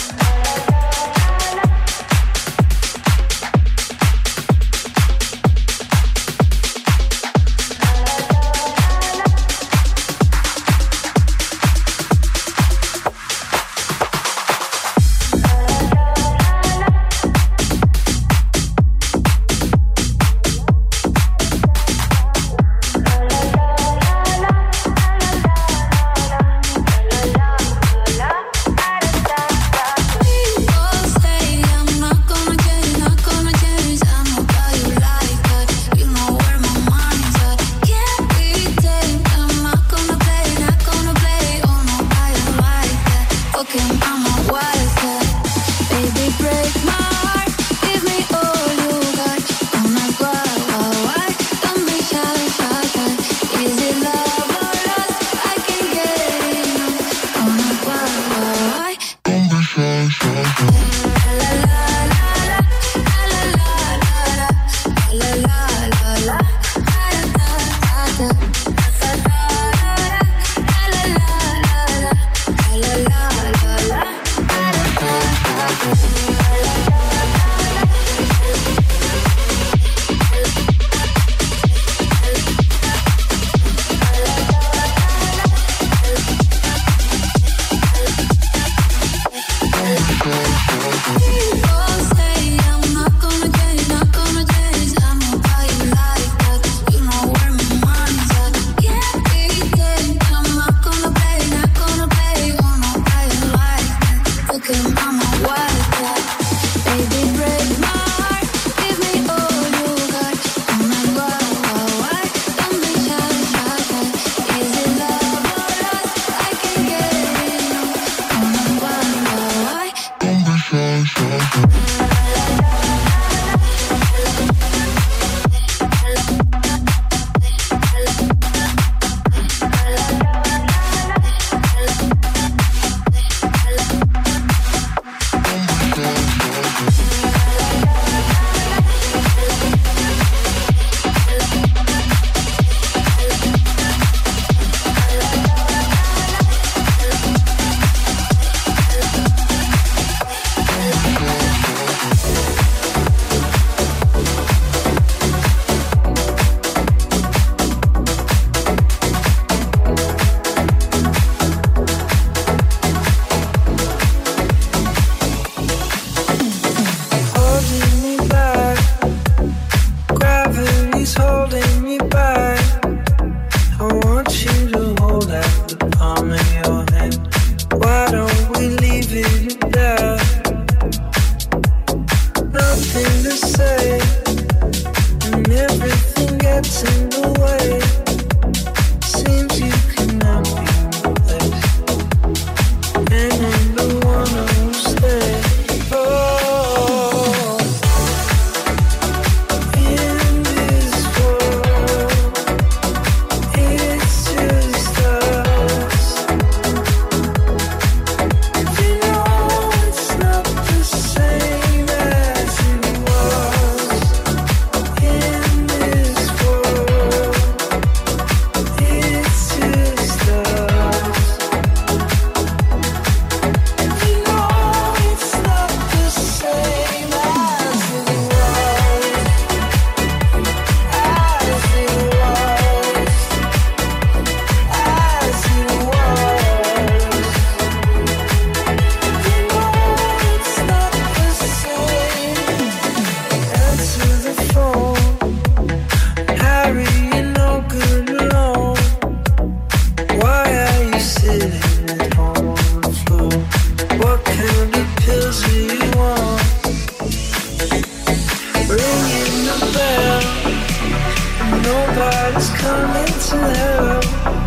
S1: Nobody's coming to help.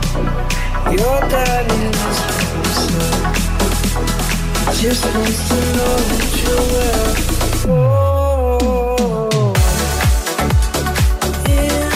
S1: Your daddy knows himself. Just wants to know that you're well. Oh, in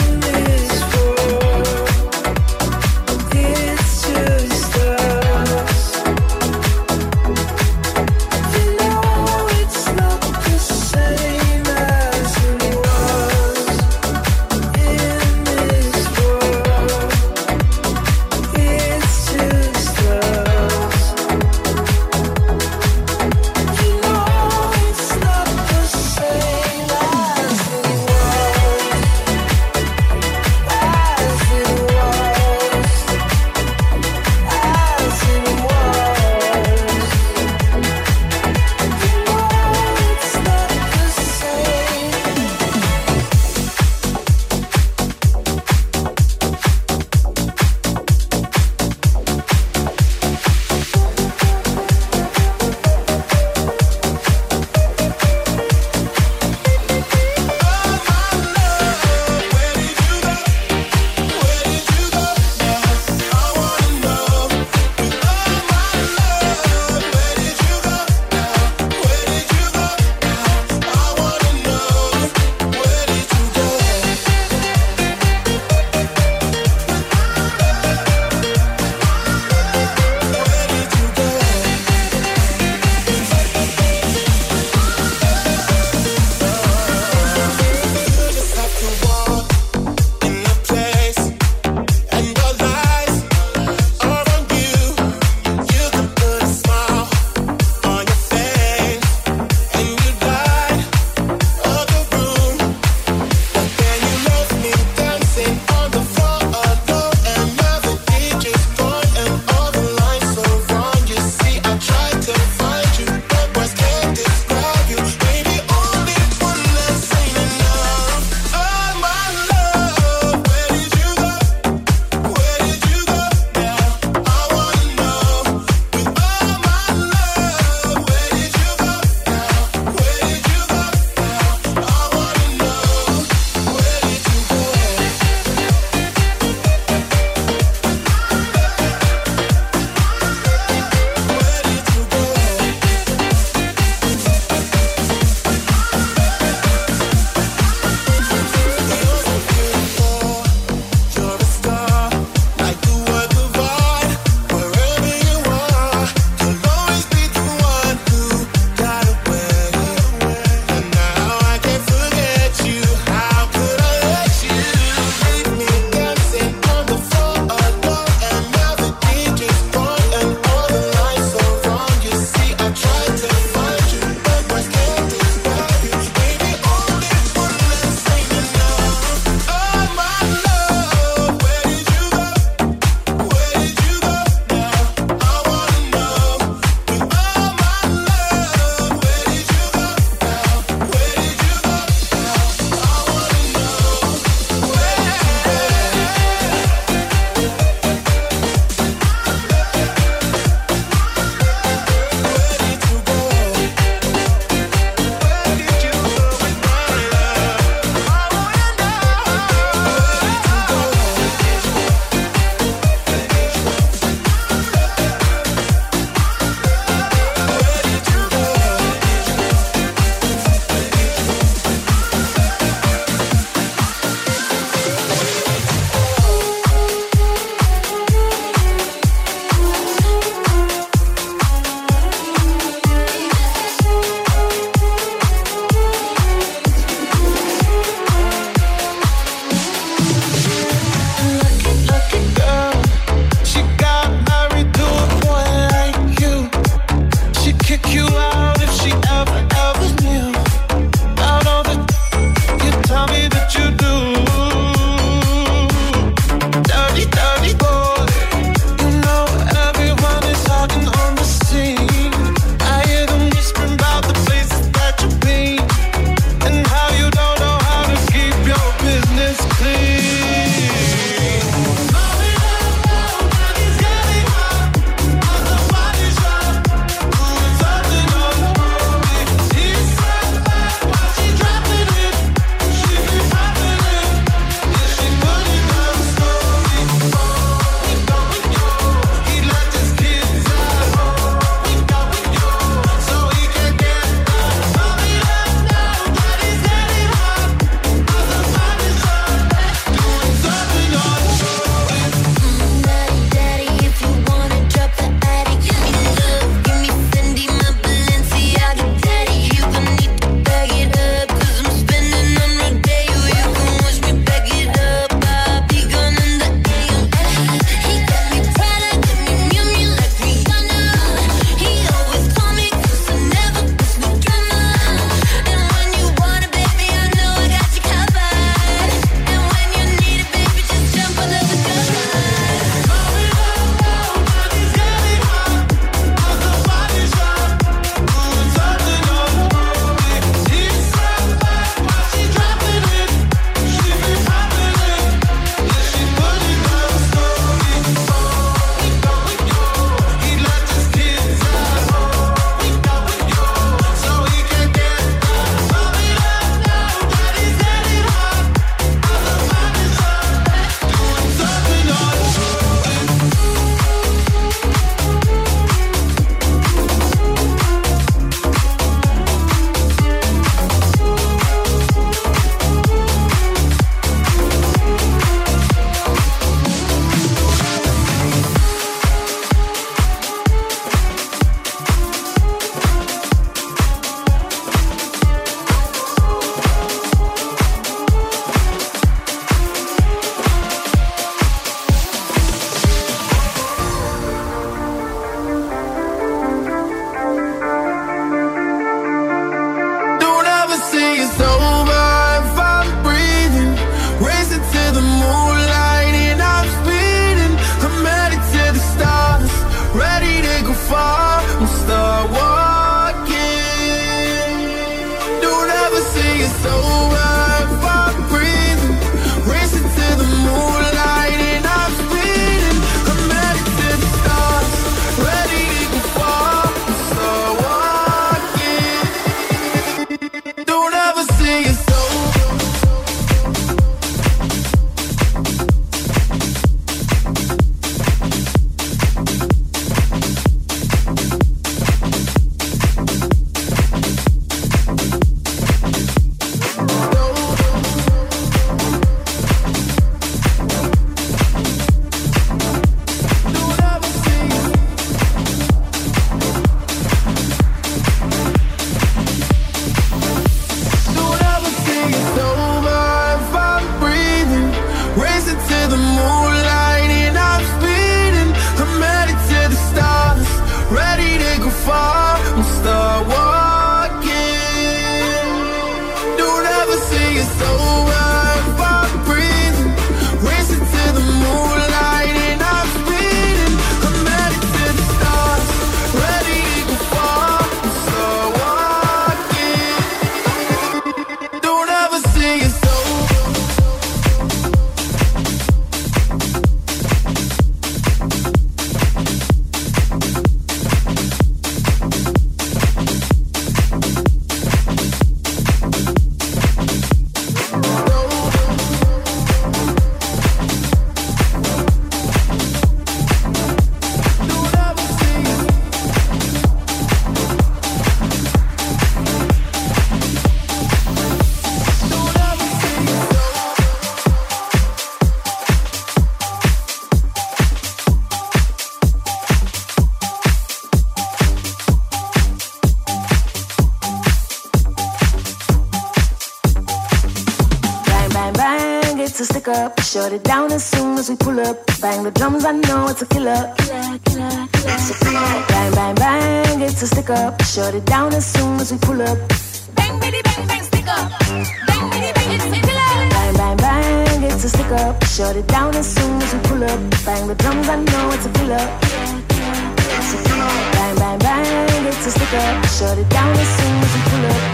S17: it's a stick up. Shut it down as soon as we pull up. Bang the drums, I know it's a killer. It's a killer. Bang, bang, bang, it's a stick up. Shut it down as soon as we pull up. Bang, bitty, bang, bang, stick up. Bang, bitty, bang, it's a killer. Bang, bang, bang, it's a stick up. Shut it down as soon as we pull up. Bang the drums, I know it's a killer. It's a killer. Bang, bang, bang, it's a stick up. Shut it down as soon as we pull up.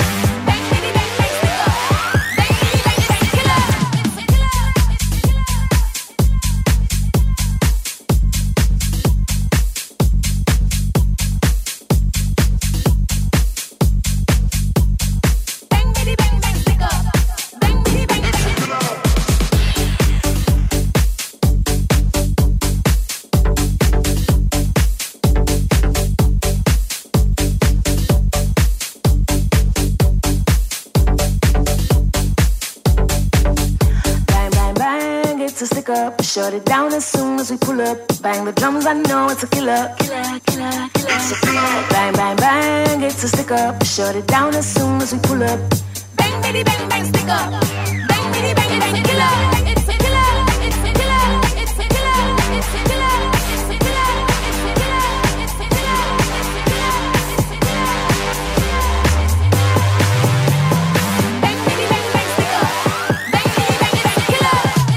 S17: Shut it down as soon as we pull up. Bang the drums, I know it's a killer. It's a killer. Bang, bang, bang, it's a stick up. Shut it down as soon as we pull up. Bang, bitty, bang, bang, stick up. Bang, bitty, bang, it's a killer. It's a killer. It's a killer. It's a killer. It's a killer. It's a killer. It's a killer. Bang, bitty, bang, bang, stick up. Bang, bitty, bang, it's a killer.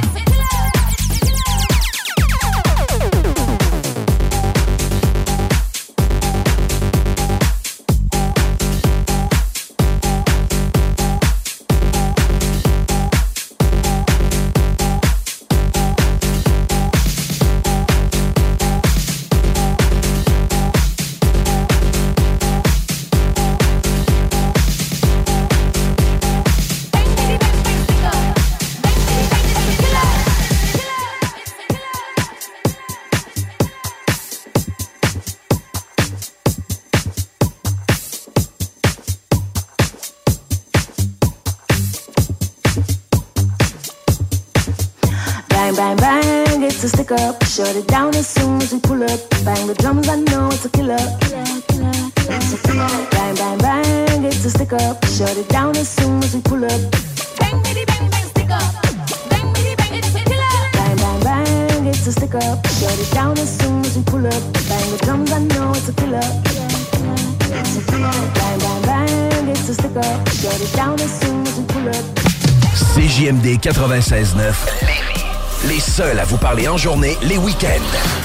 S17: Bang, bang, bang, it's a stick up. Shut it down as soon as we pull up. Bang the drums, I know it's a killer. It's a killer. Bang, bang, bang, it's a stick up. Shut it down as soon as we pull up. Bang, bitty, bang, bang, stick up. Bang, bitty, bang, it's a killer. Bang, bang, bang, it's a stick up. Shut it down as soon as we pull up. Bang the drums, I know it's a killer. It's a killer. Bang, bang, bang, it's a stick up. Shut it down as soon as we pull up.
S3: CJMD 96.9. Les seuls à vous parler en journée, les week-ends.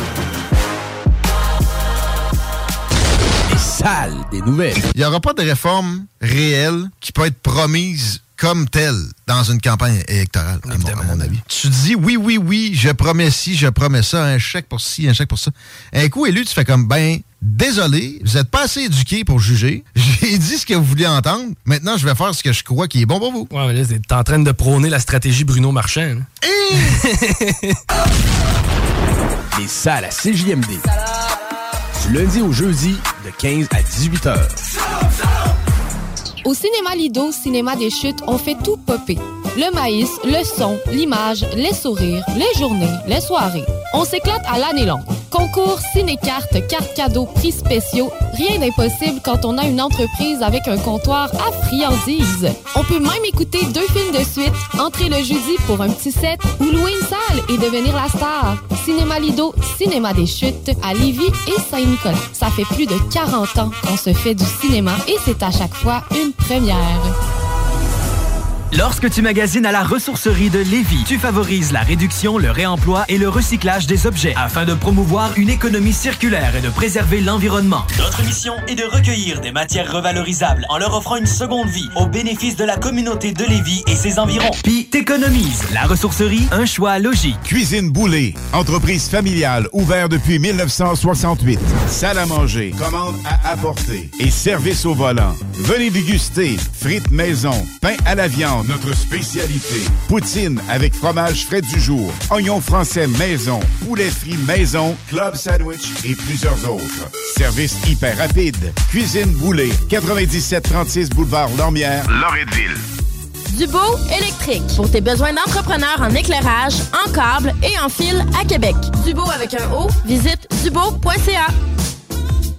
S18: Les salles des nouvelles. Il n'y aura pas de réforme réelle qui peut être promise comme telle dans une campagne électorale, à mon avis. Tu dis oui, je promets ci, je promets ça, un chèque pour ci, un chèque pour ça. Un coup élu, tu fais comme, désolé, vous n'êtes pas assez éduqué pour juger. J'ai dit ce que vous vouliez entendre. Maintenant, je vais faire ce que je crois qui est bon pour vous.
S19: Ouais, mais là, t'es en train de prôner la stratégie Bruno Marchand.
S18: Les salles à CJMD. Du lundi au jeudi, de 15 à 18 heures.
S21: Au Cinéma Lido, Cinéma des Chutes, on fait tout popper. Le maïs, le son, l'image, les sourires, les journées, les soirées. On s'éclate à l'année longue. Concours, ciné-cartes, cartes cadeaux, prix spéciaux. Rien d'impossible quand on a une entreprise avec un comptoir à friandises. On peut même écouter 2 films de suite, entrer le jeudi pour un petit set ou louer une salle et devenir la star. Cinéma Lido, Cinéma des Chutes, à Lévis et Saint-Nicolas. Ça fait plus de 40 ans qu'on se fait du cinéma et c'est à chaque fois une première.
S13: Lorsque tu magasines à la ressourcerie de Lévis, tu favorises la réduction, le réemploi et le recyclage des objets afin de promouvoir une économie circulaire et de préserver l'environnement. Notre mission est de recueillir des matières revalorisables en leur offrant une seconde vie au bénéfice de la communauté de Lévis et ses environs. Puis t'économises. La ressourcerie, un choix logique.
S22: Cuisine Boulée, entreprise familiale ouverte depuis 1968. Salle à manger, commande à apporter et service au volant. Venez déguster frites maison, pain à la viande, notre spécialité. Poutine avec fromage frais du jour, oignons français maison, poulet frit maison, club sandwich et plusieurs autres. Service hyper rapide. Cuisine Boulée, 9736 boulevard Lormière, Loretteville.
S24: Dubo électrique. Pour tes besoins d'entrepreneurs en éclairage, en câble et en fil à Québec. Dubo avec un O, visite dubo.ca.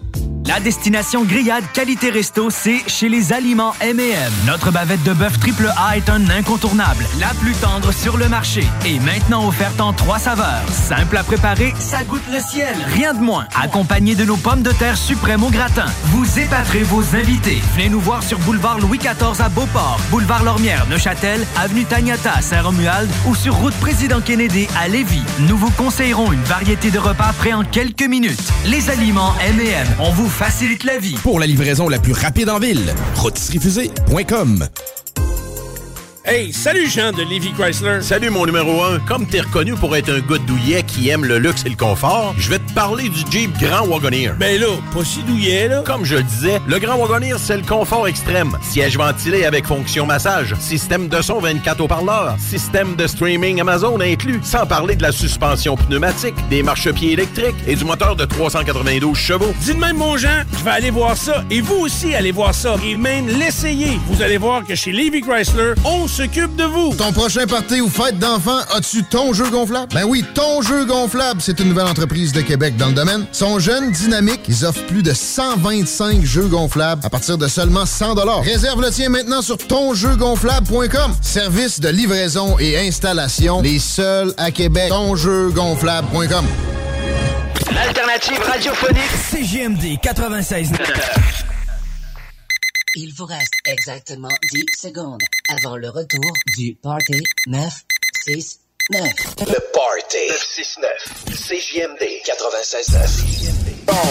S13: La destination grillade qualité resto, c'est chez les Aliments M&M. Notre bavette de bœuf triple A est un incontournable, la plus tendre sur le marché et maintenant offerte en 3 saveurs. Simple à préparer, ça goûte le ciel, rien de moins. Accompagné de nos pommes de terre suprêmes au gratin, vous épaterez vos invités. Venez nous voir sur boulevard Louis XIV à Beauport, boulevard Lormière, Neuchâtel, avenue Taniata à Saint-Romuald ou sur route Président Kennedy à Lévis. Nous vous conseillerons une variété de repas prêts en quelques minutes. Les Aliments M&M, on vous facilite la vie.
S4: Pour la livraison la plus rapide en ville, rôtisseriefusée.com.
S2: Hey, salut Jean de Lévis Chrysler.
S7: Salut mon numéro 1. Comme t'es reconnu pour être un gars douillet qui aime le luxe et le confort, je vais te parler du Jeep Grand Wagoneer.
S2: Ben là, pas si douillet là.
S7: Comme je le disais, le Grand Wagoneer, c'est le confort extrême. Siège ventilé avec fonction massage, système de son 24 haut-parleurs, système de streaming Amazon inclus, sans parler de la suspension pneumatique, des marchepieds électriques et du moteur de 392 chevaux.
S2: Dis de même mon Jean, je vais aller voir ça et vous aussi allez voir ça et même l'essayer. Vous allez voir que chez Lévis Chrysler, on s'occupe de vous.
S18: Ton prochain party ou fête d'enfant, as-tu ton jeu gonflable? Ben oui, ton jeu gonflable, c'est une nouvelle entreprise de Québec dans le domaine. Ils sont jeunes, dynamiques, ils offrent plus de 125 jeux gonflables à partir de seulement 100$. Réserve le tien maintenant sur tonjeugonflable.com. Service de livraison et installation, les seuls à Québec. Tonjeugonflable.com.
S9: L'alternative radiophonique
S23: CJMD 96.9.
S11: Il vous reste exactement 10 secondes avant le retour du Party 969.
S9: Le Party 969. CJMD 96.9. Bon.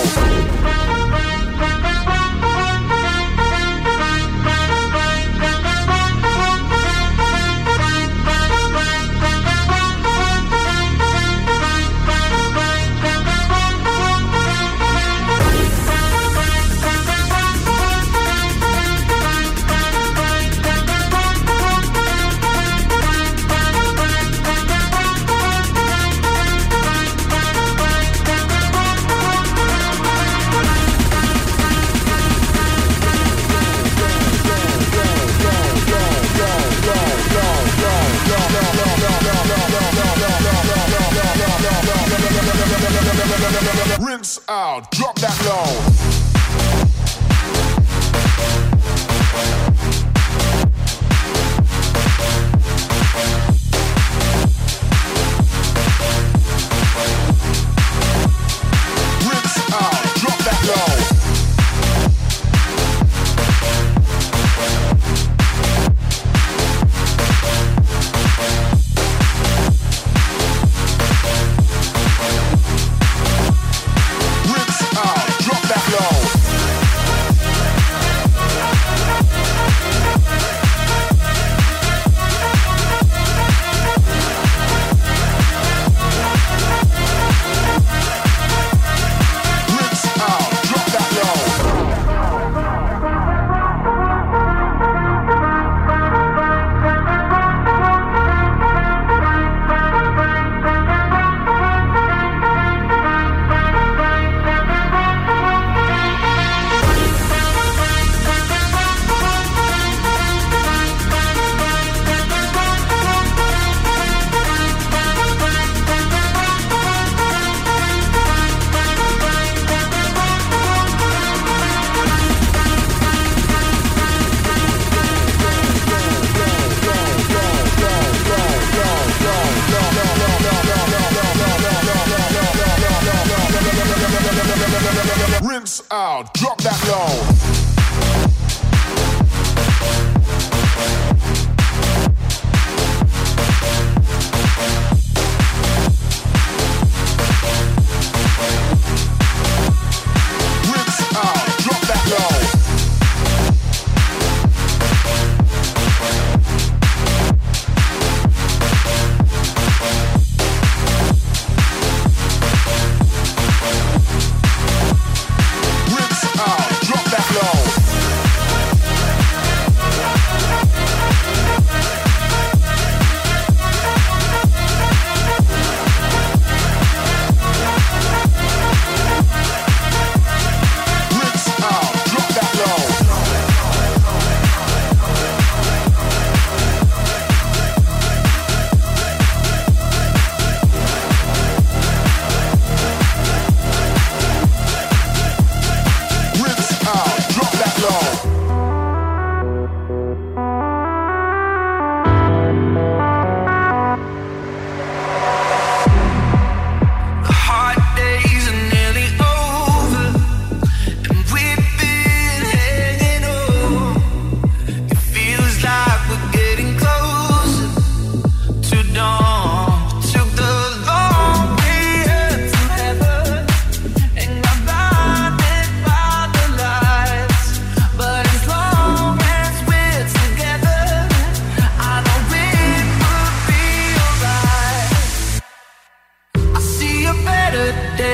S10: Rinse out, drop that low. Rinse out, drop that low. Rinse out.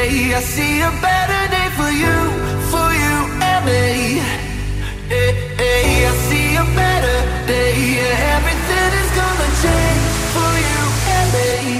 S1: day. I see a better day for you and me. I see a better day. Everything is gonna change for you and me.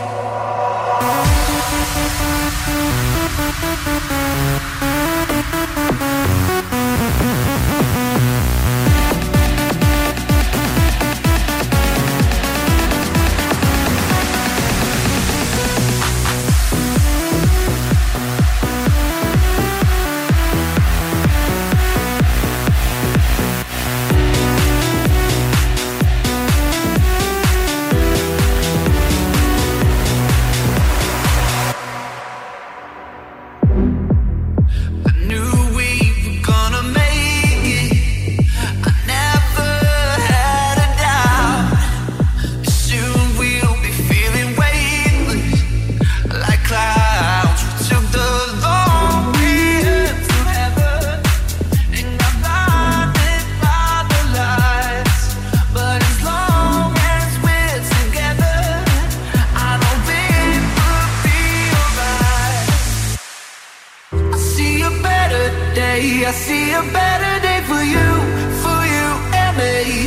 S1: I see a better day for you and me.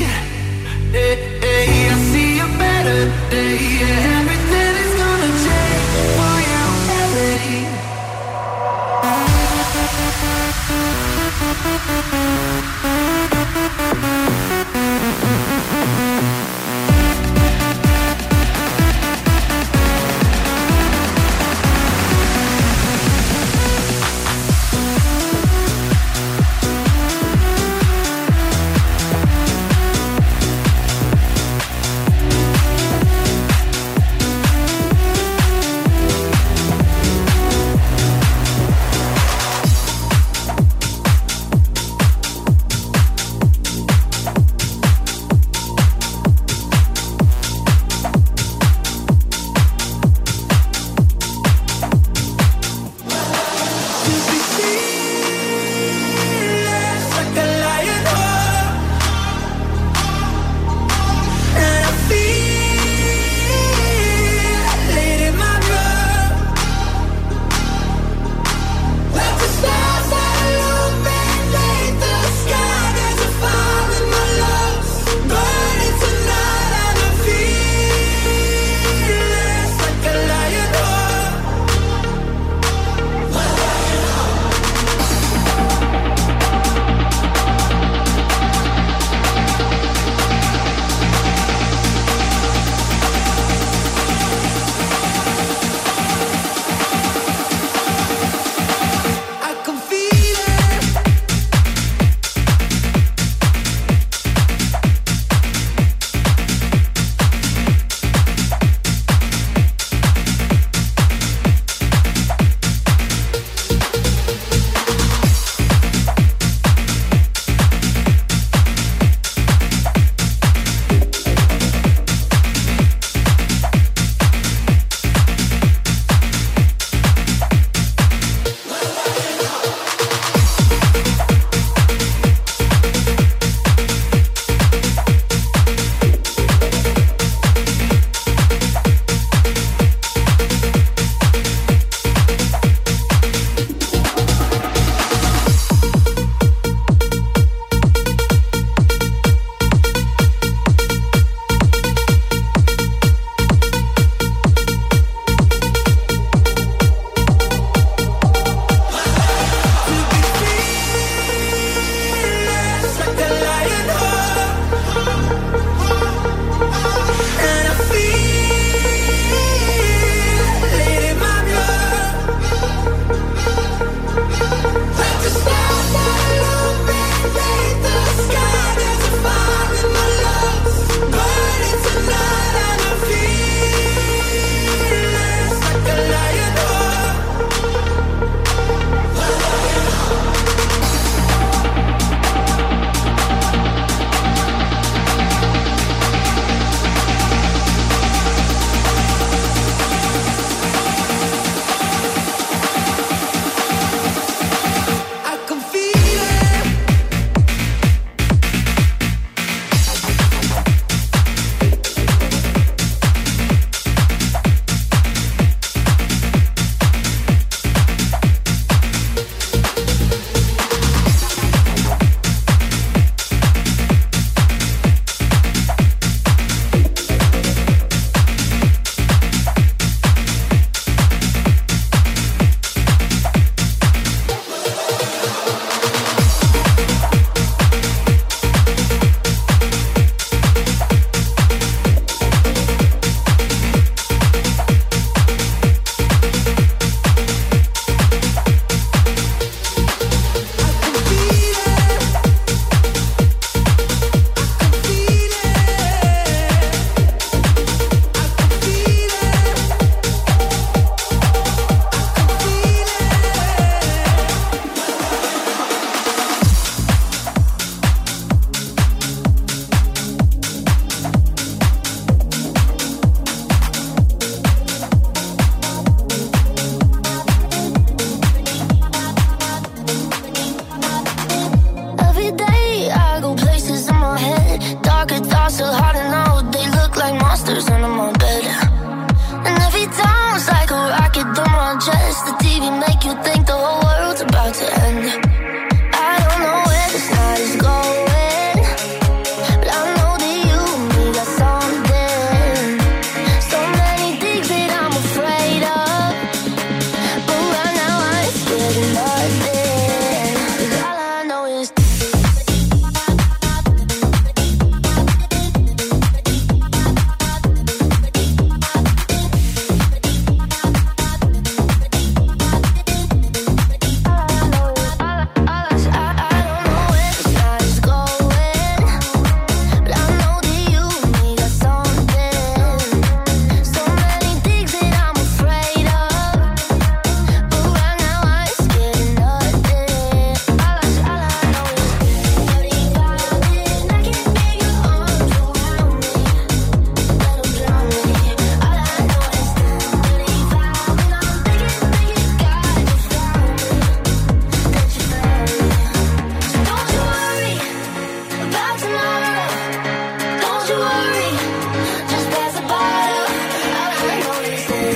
S1: I see a better day. Everything is gonna change for you and me.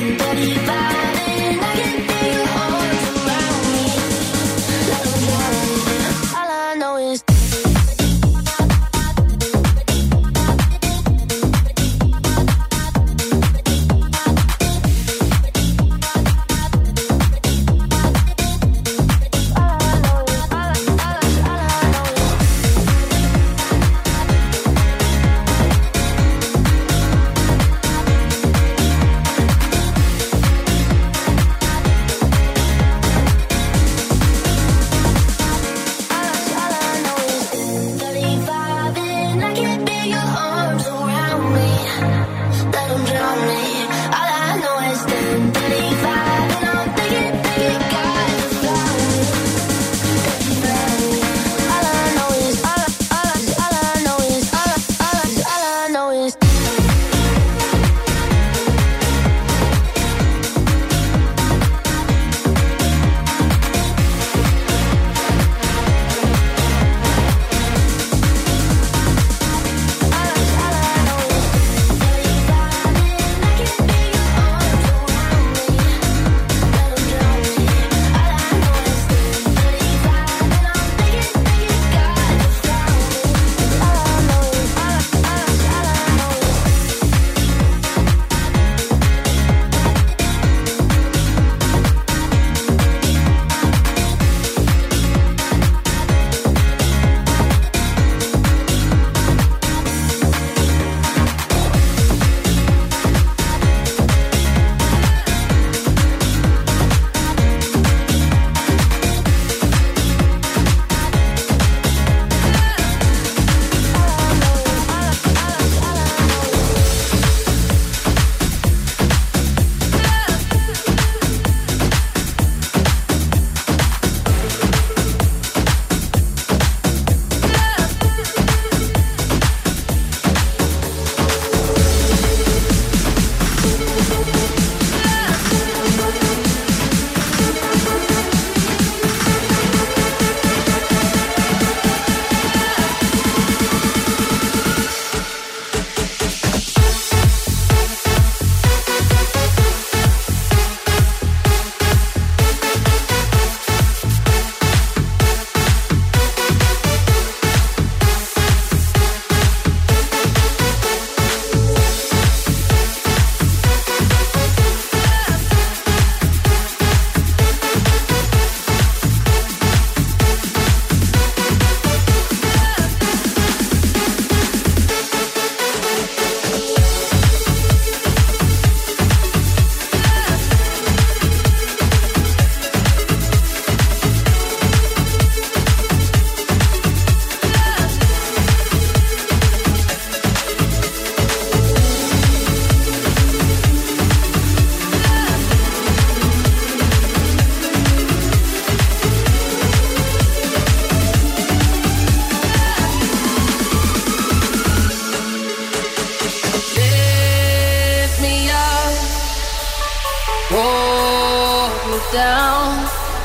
S12: down.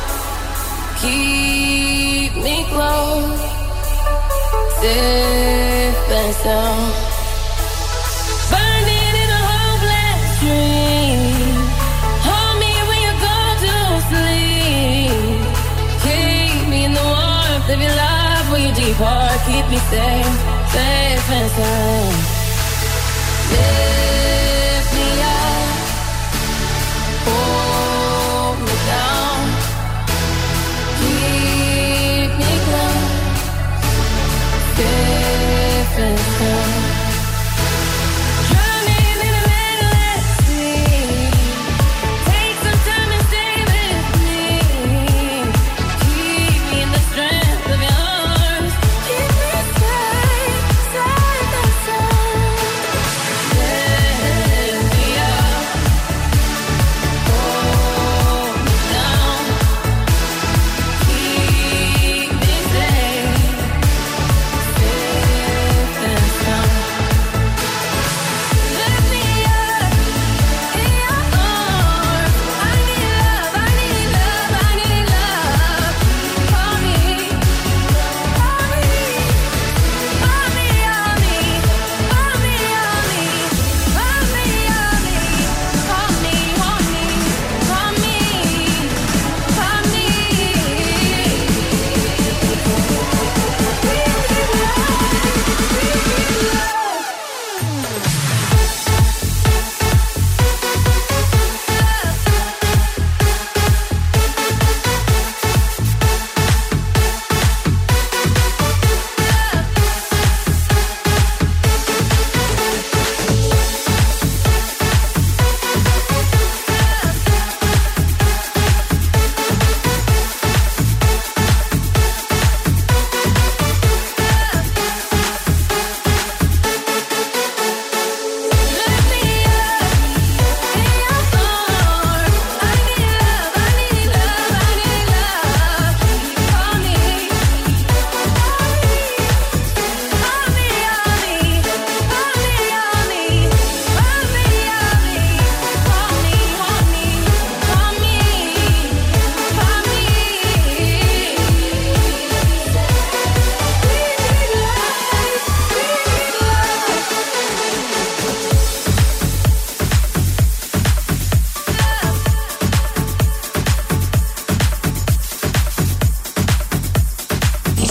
S12: Keep me close, safe and sound. Burning in a hopeless dream. Hold me when you go to sleep. Keep me in the warmth of your love when you depart. Keep me safe, safe and sound. Lift me up, hold me down. Keep me close, safe and sound. Drowning in an endless sea. Take some time and stay with me. Keep me in the strength of your arms. Keep me safe, safe and sound.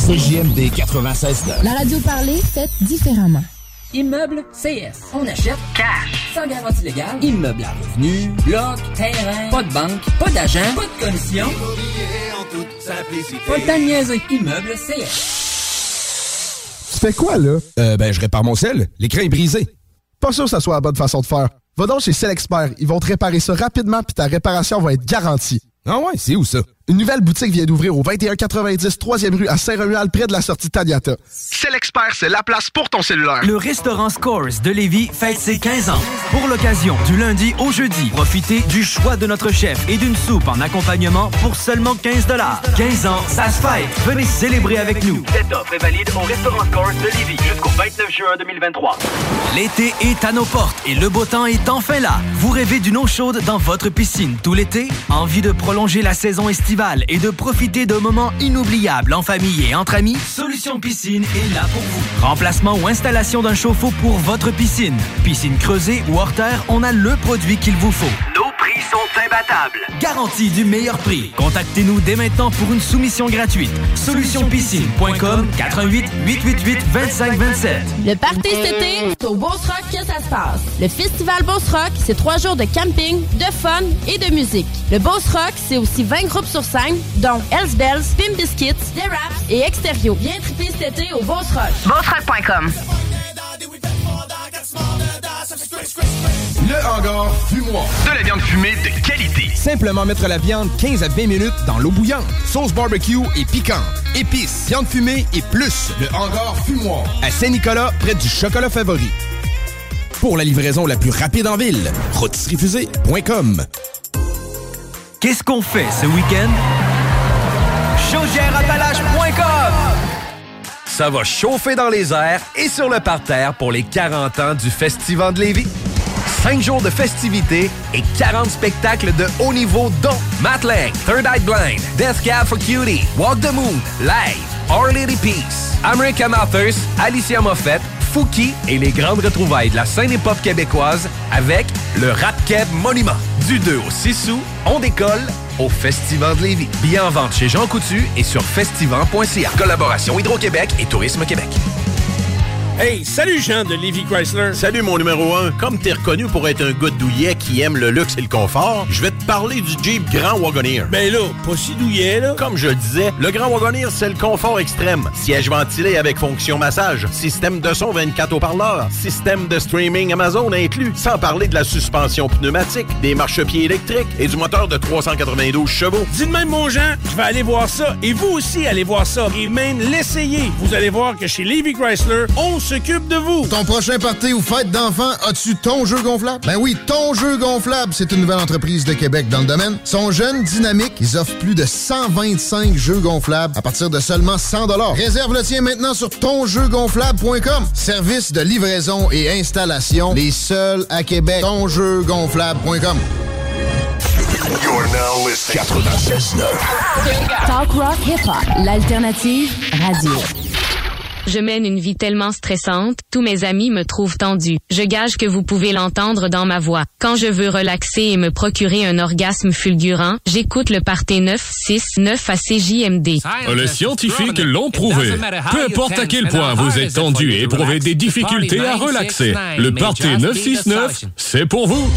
S4: CJMD 96.9.
S21: La radio parlée, faite différemment.
S5: Immeuble CS. On achète cash. Sans garantie légale. Immeuble à revenus. Bloc. Terrain. Pas de banque. Pas d'agent. Pas de commission.
S9: En toute simplicité.
S5: Pas le temps de niaiser. Immeuble CS.
S14: Tu fais quoi, là?
S15: Je répare mon sel. L'écran est brisé.
S14: Pas sûr que ça soit la bonne façon de faire. Va donc chez Selexpert. Ils vont te réparer ça rapidement puis ta réparation va être garantie.
S15: Ah ouais, c'est où ça?
S14: Une nouvelle boutique vient d'ouvrir au 2190 3e rue à Saint-Romuald, près de la sortie Taniata.
S20: Selexpert, c'est la place pour ton cellulaire.
S13: Le restaurant Scores de Lévis fête ses 15 ans. Pour l'occasion, du lundi au jeudi, profitez du choix de notre chef et d'une soupe en accompagnement pour seulement 15 $. 15 ans, ça se fête. Venez célébrer avec nous.
S25: Cette offre est valide au restaurant Scores de Lévis jusqu'au 29 juin 2023.
S13: L'été est à nos portes et le beau temps est enfin là. Vous rêvez d'une eau chaude dans votre piscine tout l'été? Envie de prolonger la saison estivale et de profiter de moments inoubliables en famille et entre amis? Solution Piscine est là pour vous. Remplacement ou installation d'un chauffe-eau pour votre piscine. Piscine creusée ou hors terre, on a le produit qu'il vous faut.
S25: Nos prix sont imbattables.
S13: Garantie du meilleur prix. Contactez-nous dès maintenant pour une soumission gratuite. Solutionpiscine.com 88 888 2527.
S24: Le party cet été, c'est au Beauce Rock que ça se passe. Le Festival Beauce Rock, c'est 3 jours de camping, de fun et de musique. Le Beauce Rock, c'est aussi 20 groupes sur scène, dont Hells Bells, Pimp Biscuits, The Raps et Extérieur. Viens triper cet été au Beauce Rock.
S26: BeauceRock.com.
S4: Le hangar fumoir.
S20: De la viande fumée de qualité.
S4: Simplement mettre la viande 15 à 20 minutes dans l'eau bouillante. Sauce barbecue et piquante. Épices, viande fumée et plus. Le hangar fumoir. À Saint-Nicolas, près du Chocolat Favori. Pour la livraison la plus rapide en ville, rôtisseriefusée.com.
S13: Qu'est-ce qu'on fait ce week-end? Chaudièreappalaches.com.
S3: Ça va chauffer dans les airs et sur le parterre pour les 40 ans du Festival de Lévis. 5 jours de festivités et 40 spectacles de haut niveau dont Matt Lang, Third Eye Blind, Death Cab for Cutie, Walk the Moon, Live, Our Lady Peace, American Authors, Alicia Moffett, Fouki et les grandes retrouvailles de la scène hip-hop québécoise avec le Rap Keb Monument. Du 2 au 6 août, on décolle au Festival de Lévis. Billets en vente chez Jean Coutu et sur festival.ca. Collaboration Hydro-Québec et Tourisme Québec.
S2: Hey, salut Jean de Lévis Chrysler.
S7: Salut mon numéro 1. Comme t'es reconnu pour être un gars douillet qui aime le luxe et le confort, je vais te parler du Jeep Grand Wagoneer.
S2: Ben là, pas si douillet là.
S7: Comme je le disais, le Grand Wagoneer, c'est le confort extrême. Siège ventilé avec fonction massage, système de son 24 haut-parleurs, système de streaming Amazon inclus, sans parler de la suspension pneumatique, des marchepieds électriques et du moteur de 392 chevaux.
S2: Dis de même mon Jean, je vais aller voir ça et vous aussi allez voir ça et même l'essayer. Vous allez voir que chez Lévis Chrysler, on s'occupe de vous.
S18: Ton prochain party ou fête d'enfant, as-tu ton jeu gonflable? Ben oui, ton jeu gonflable, c'est une nouvelle entreprise de Québec dans le domaine. Ils sont jeunes, dynamiques, ils offrent plus de 125 jeux gonflables à partir de seulement 100 $. Réserve le tien maintenant sur tonjeugonflable.com. Service de livraison et installation, les seuls à Québec. Tonjeugonflable.com.
S10: You're now listening. 96.9.
S21: Talk rock hip-hop, l'alternative radio.
S27: Je mène une vie tellement stressante, tous mes amis me trouvent tendue. Je gage que vous pouvez l'entendre dans ma voix. Quand je veux relaxer et me procurer un orgasme fulgurant, j'écoute le Party 969 à CJMD.
S28: Les scientifiques l'ont prouvé. Peu importe à quel point vous êtes tendu et éprouvez des difficultés à relaxer, le Party 969, c'est pour vous.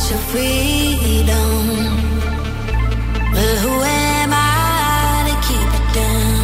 S12: want your freedom, but who am I to keep it down?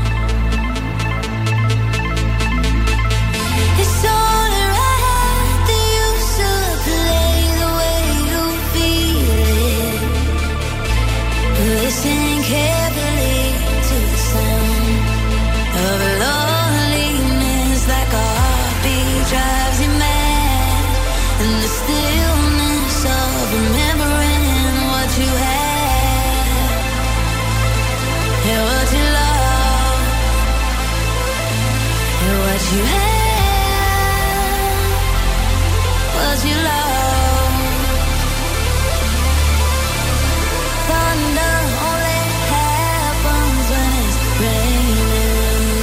S12: It's only right that you should play the way you feel it. Listen carefully to the sound of loneliness, like a heartbeat drives you mad, and the stillness of remembering what you had and what you love and what you had, what you love. Thunder only happens when it's raining.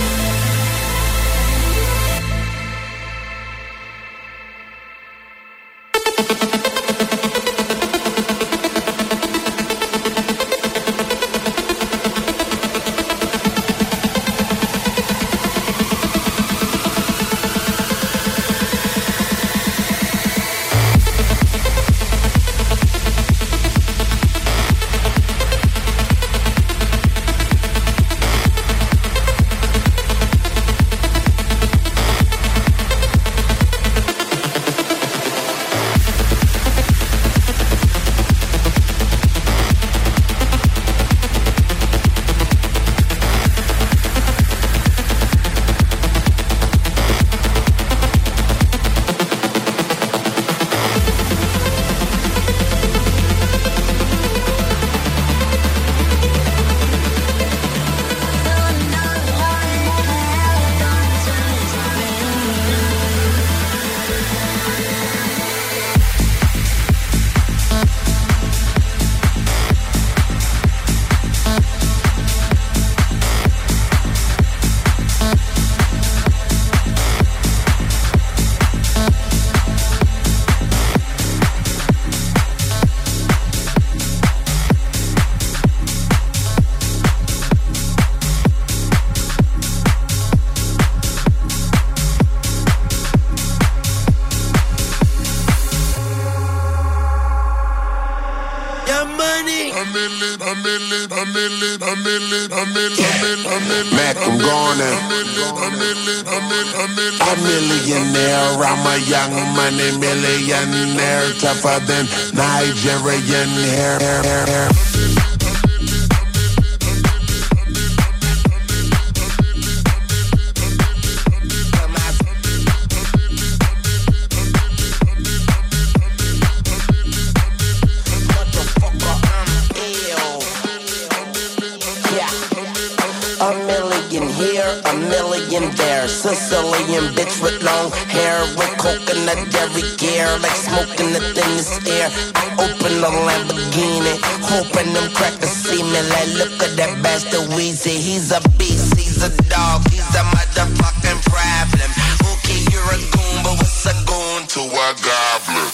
S6: Mac, I'm gone now. I'm millionaire, I'm a young money millionaire, tougher than Nigerian hair.
S8: Sicilian bitch with long hair, with coconut dairy gear, like smoking the thinnest air. I open the Lamborghini, hoping them crackers see me. Like, look at that bastard Weezy, he's a beast, he's a dog, he's a motherfucking problem. Okay, you're a goon, but what's a goon to a goblin?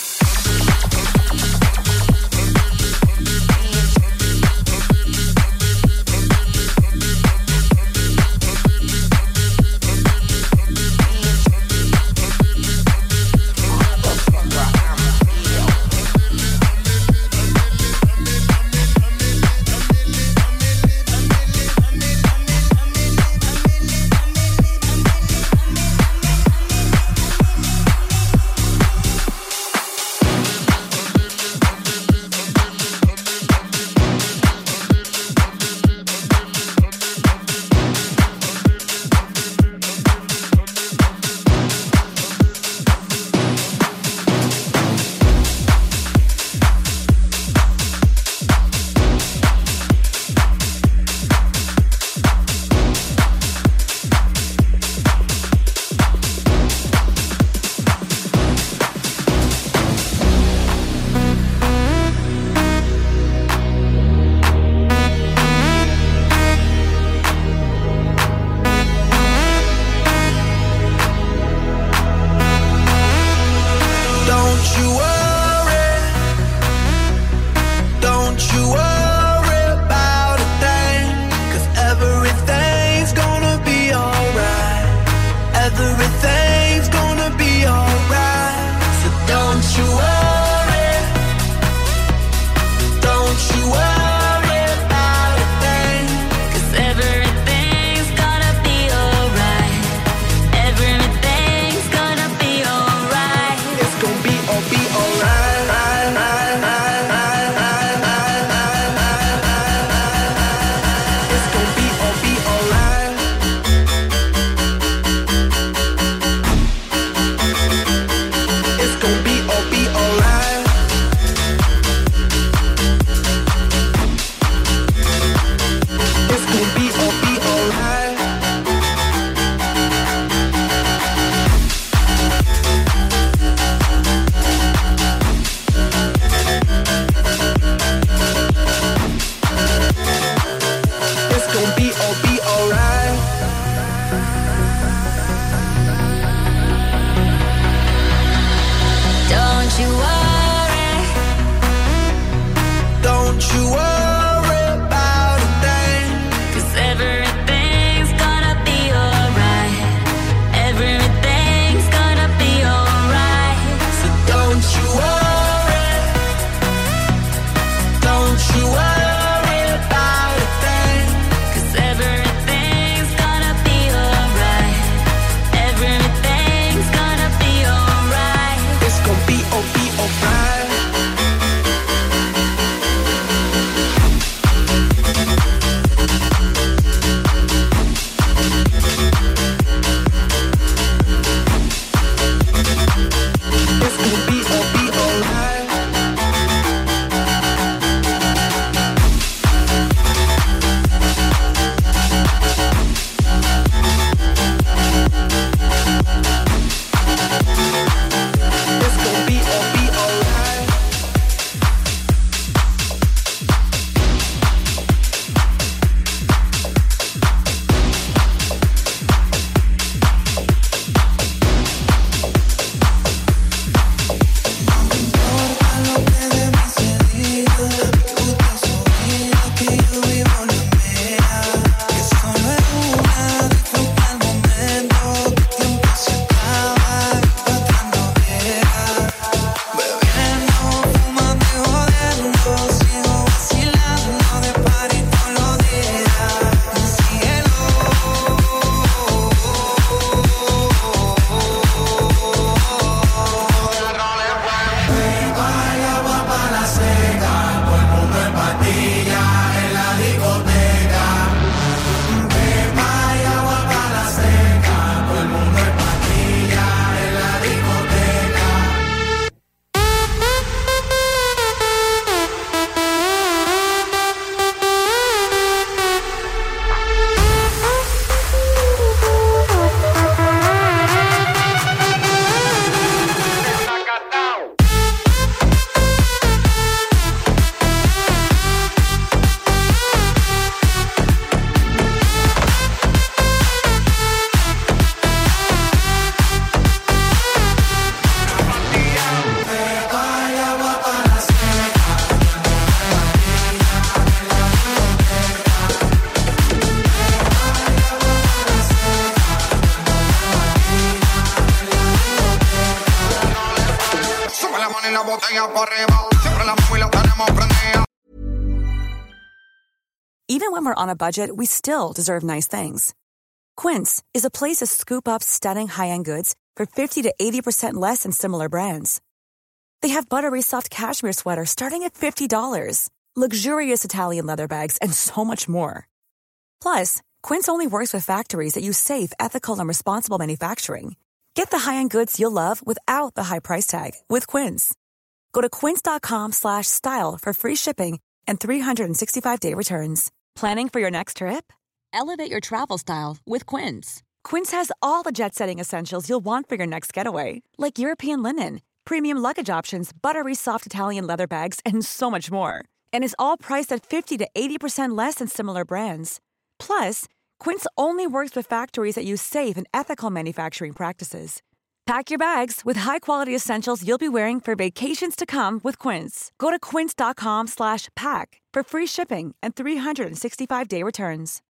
S1: Even when we're on a budget, we still deserve nice things. Quince is a place to scoop up stunning high-end goods for 50 to 80% less than similar brands. They have buttery soft cashmere sweaters starting at $50, luxurious Italian leather bags, and so much more. Plus, Quince only works with factories that use safe, ethical, and responsible manufacturing. Get the high-end goods you'll love without the high price tag with Quince. Go to quince.com/style for free shipping and 365-day returns. Planning for your next trip? Elevate your travel style with Quince. Quince has all the jet-setting essentials you'll want for your next getaway, like European linen, premium luggage options, buttery soft Italian leather bags, and so much more. And is all priced at 50 to 80% less than similar brands. Plus, Quince only works with factories that use safe and ethical manufacturing practices. Pack your bags with high-quality essentials you'll be wearing for vacations to come with Quince. Go to quince.com/pack for free shipping and 365-day returns.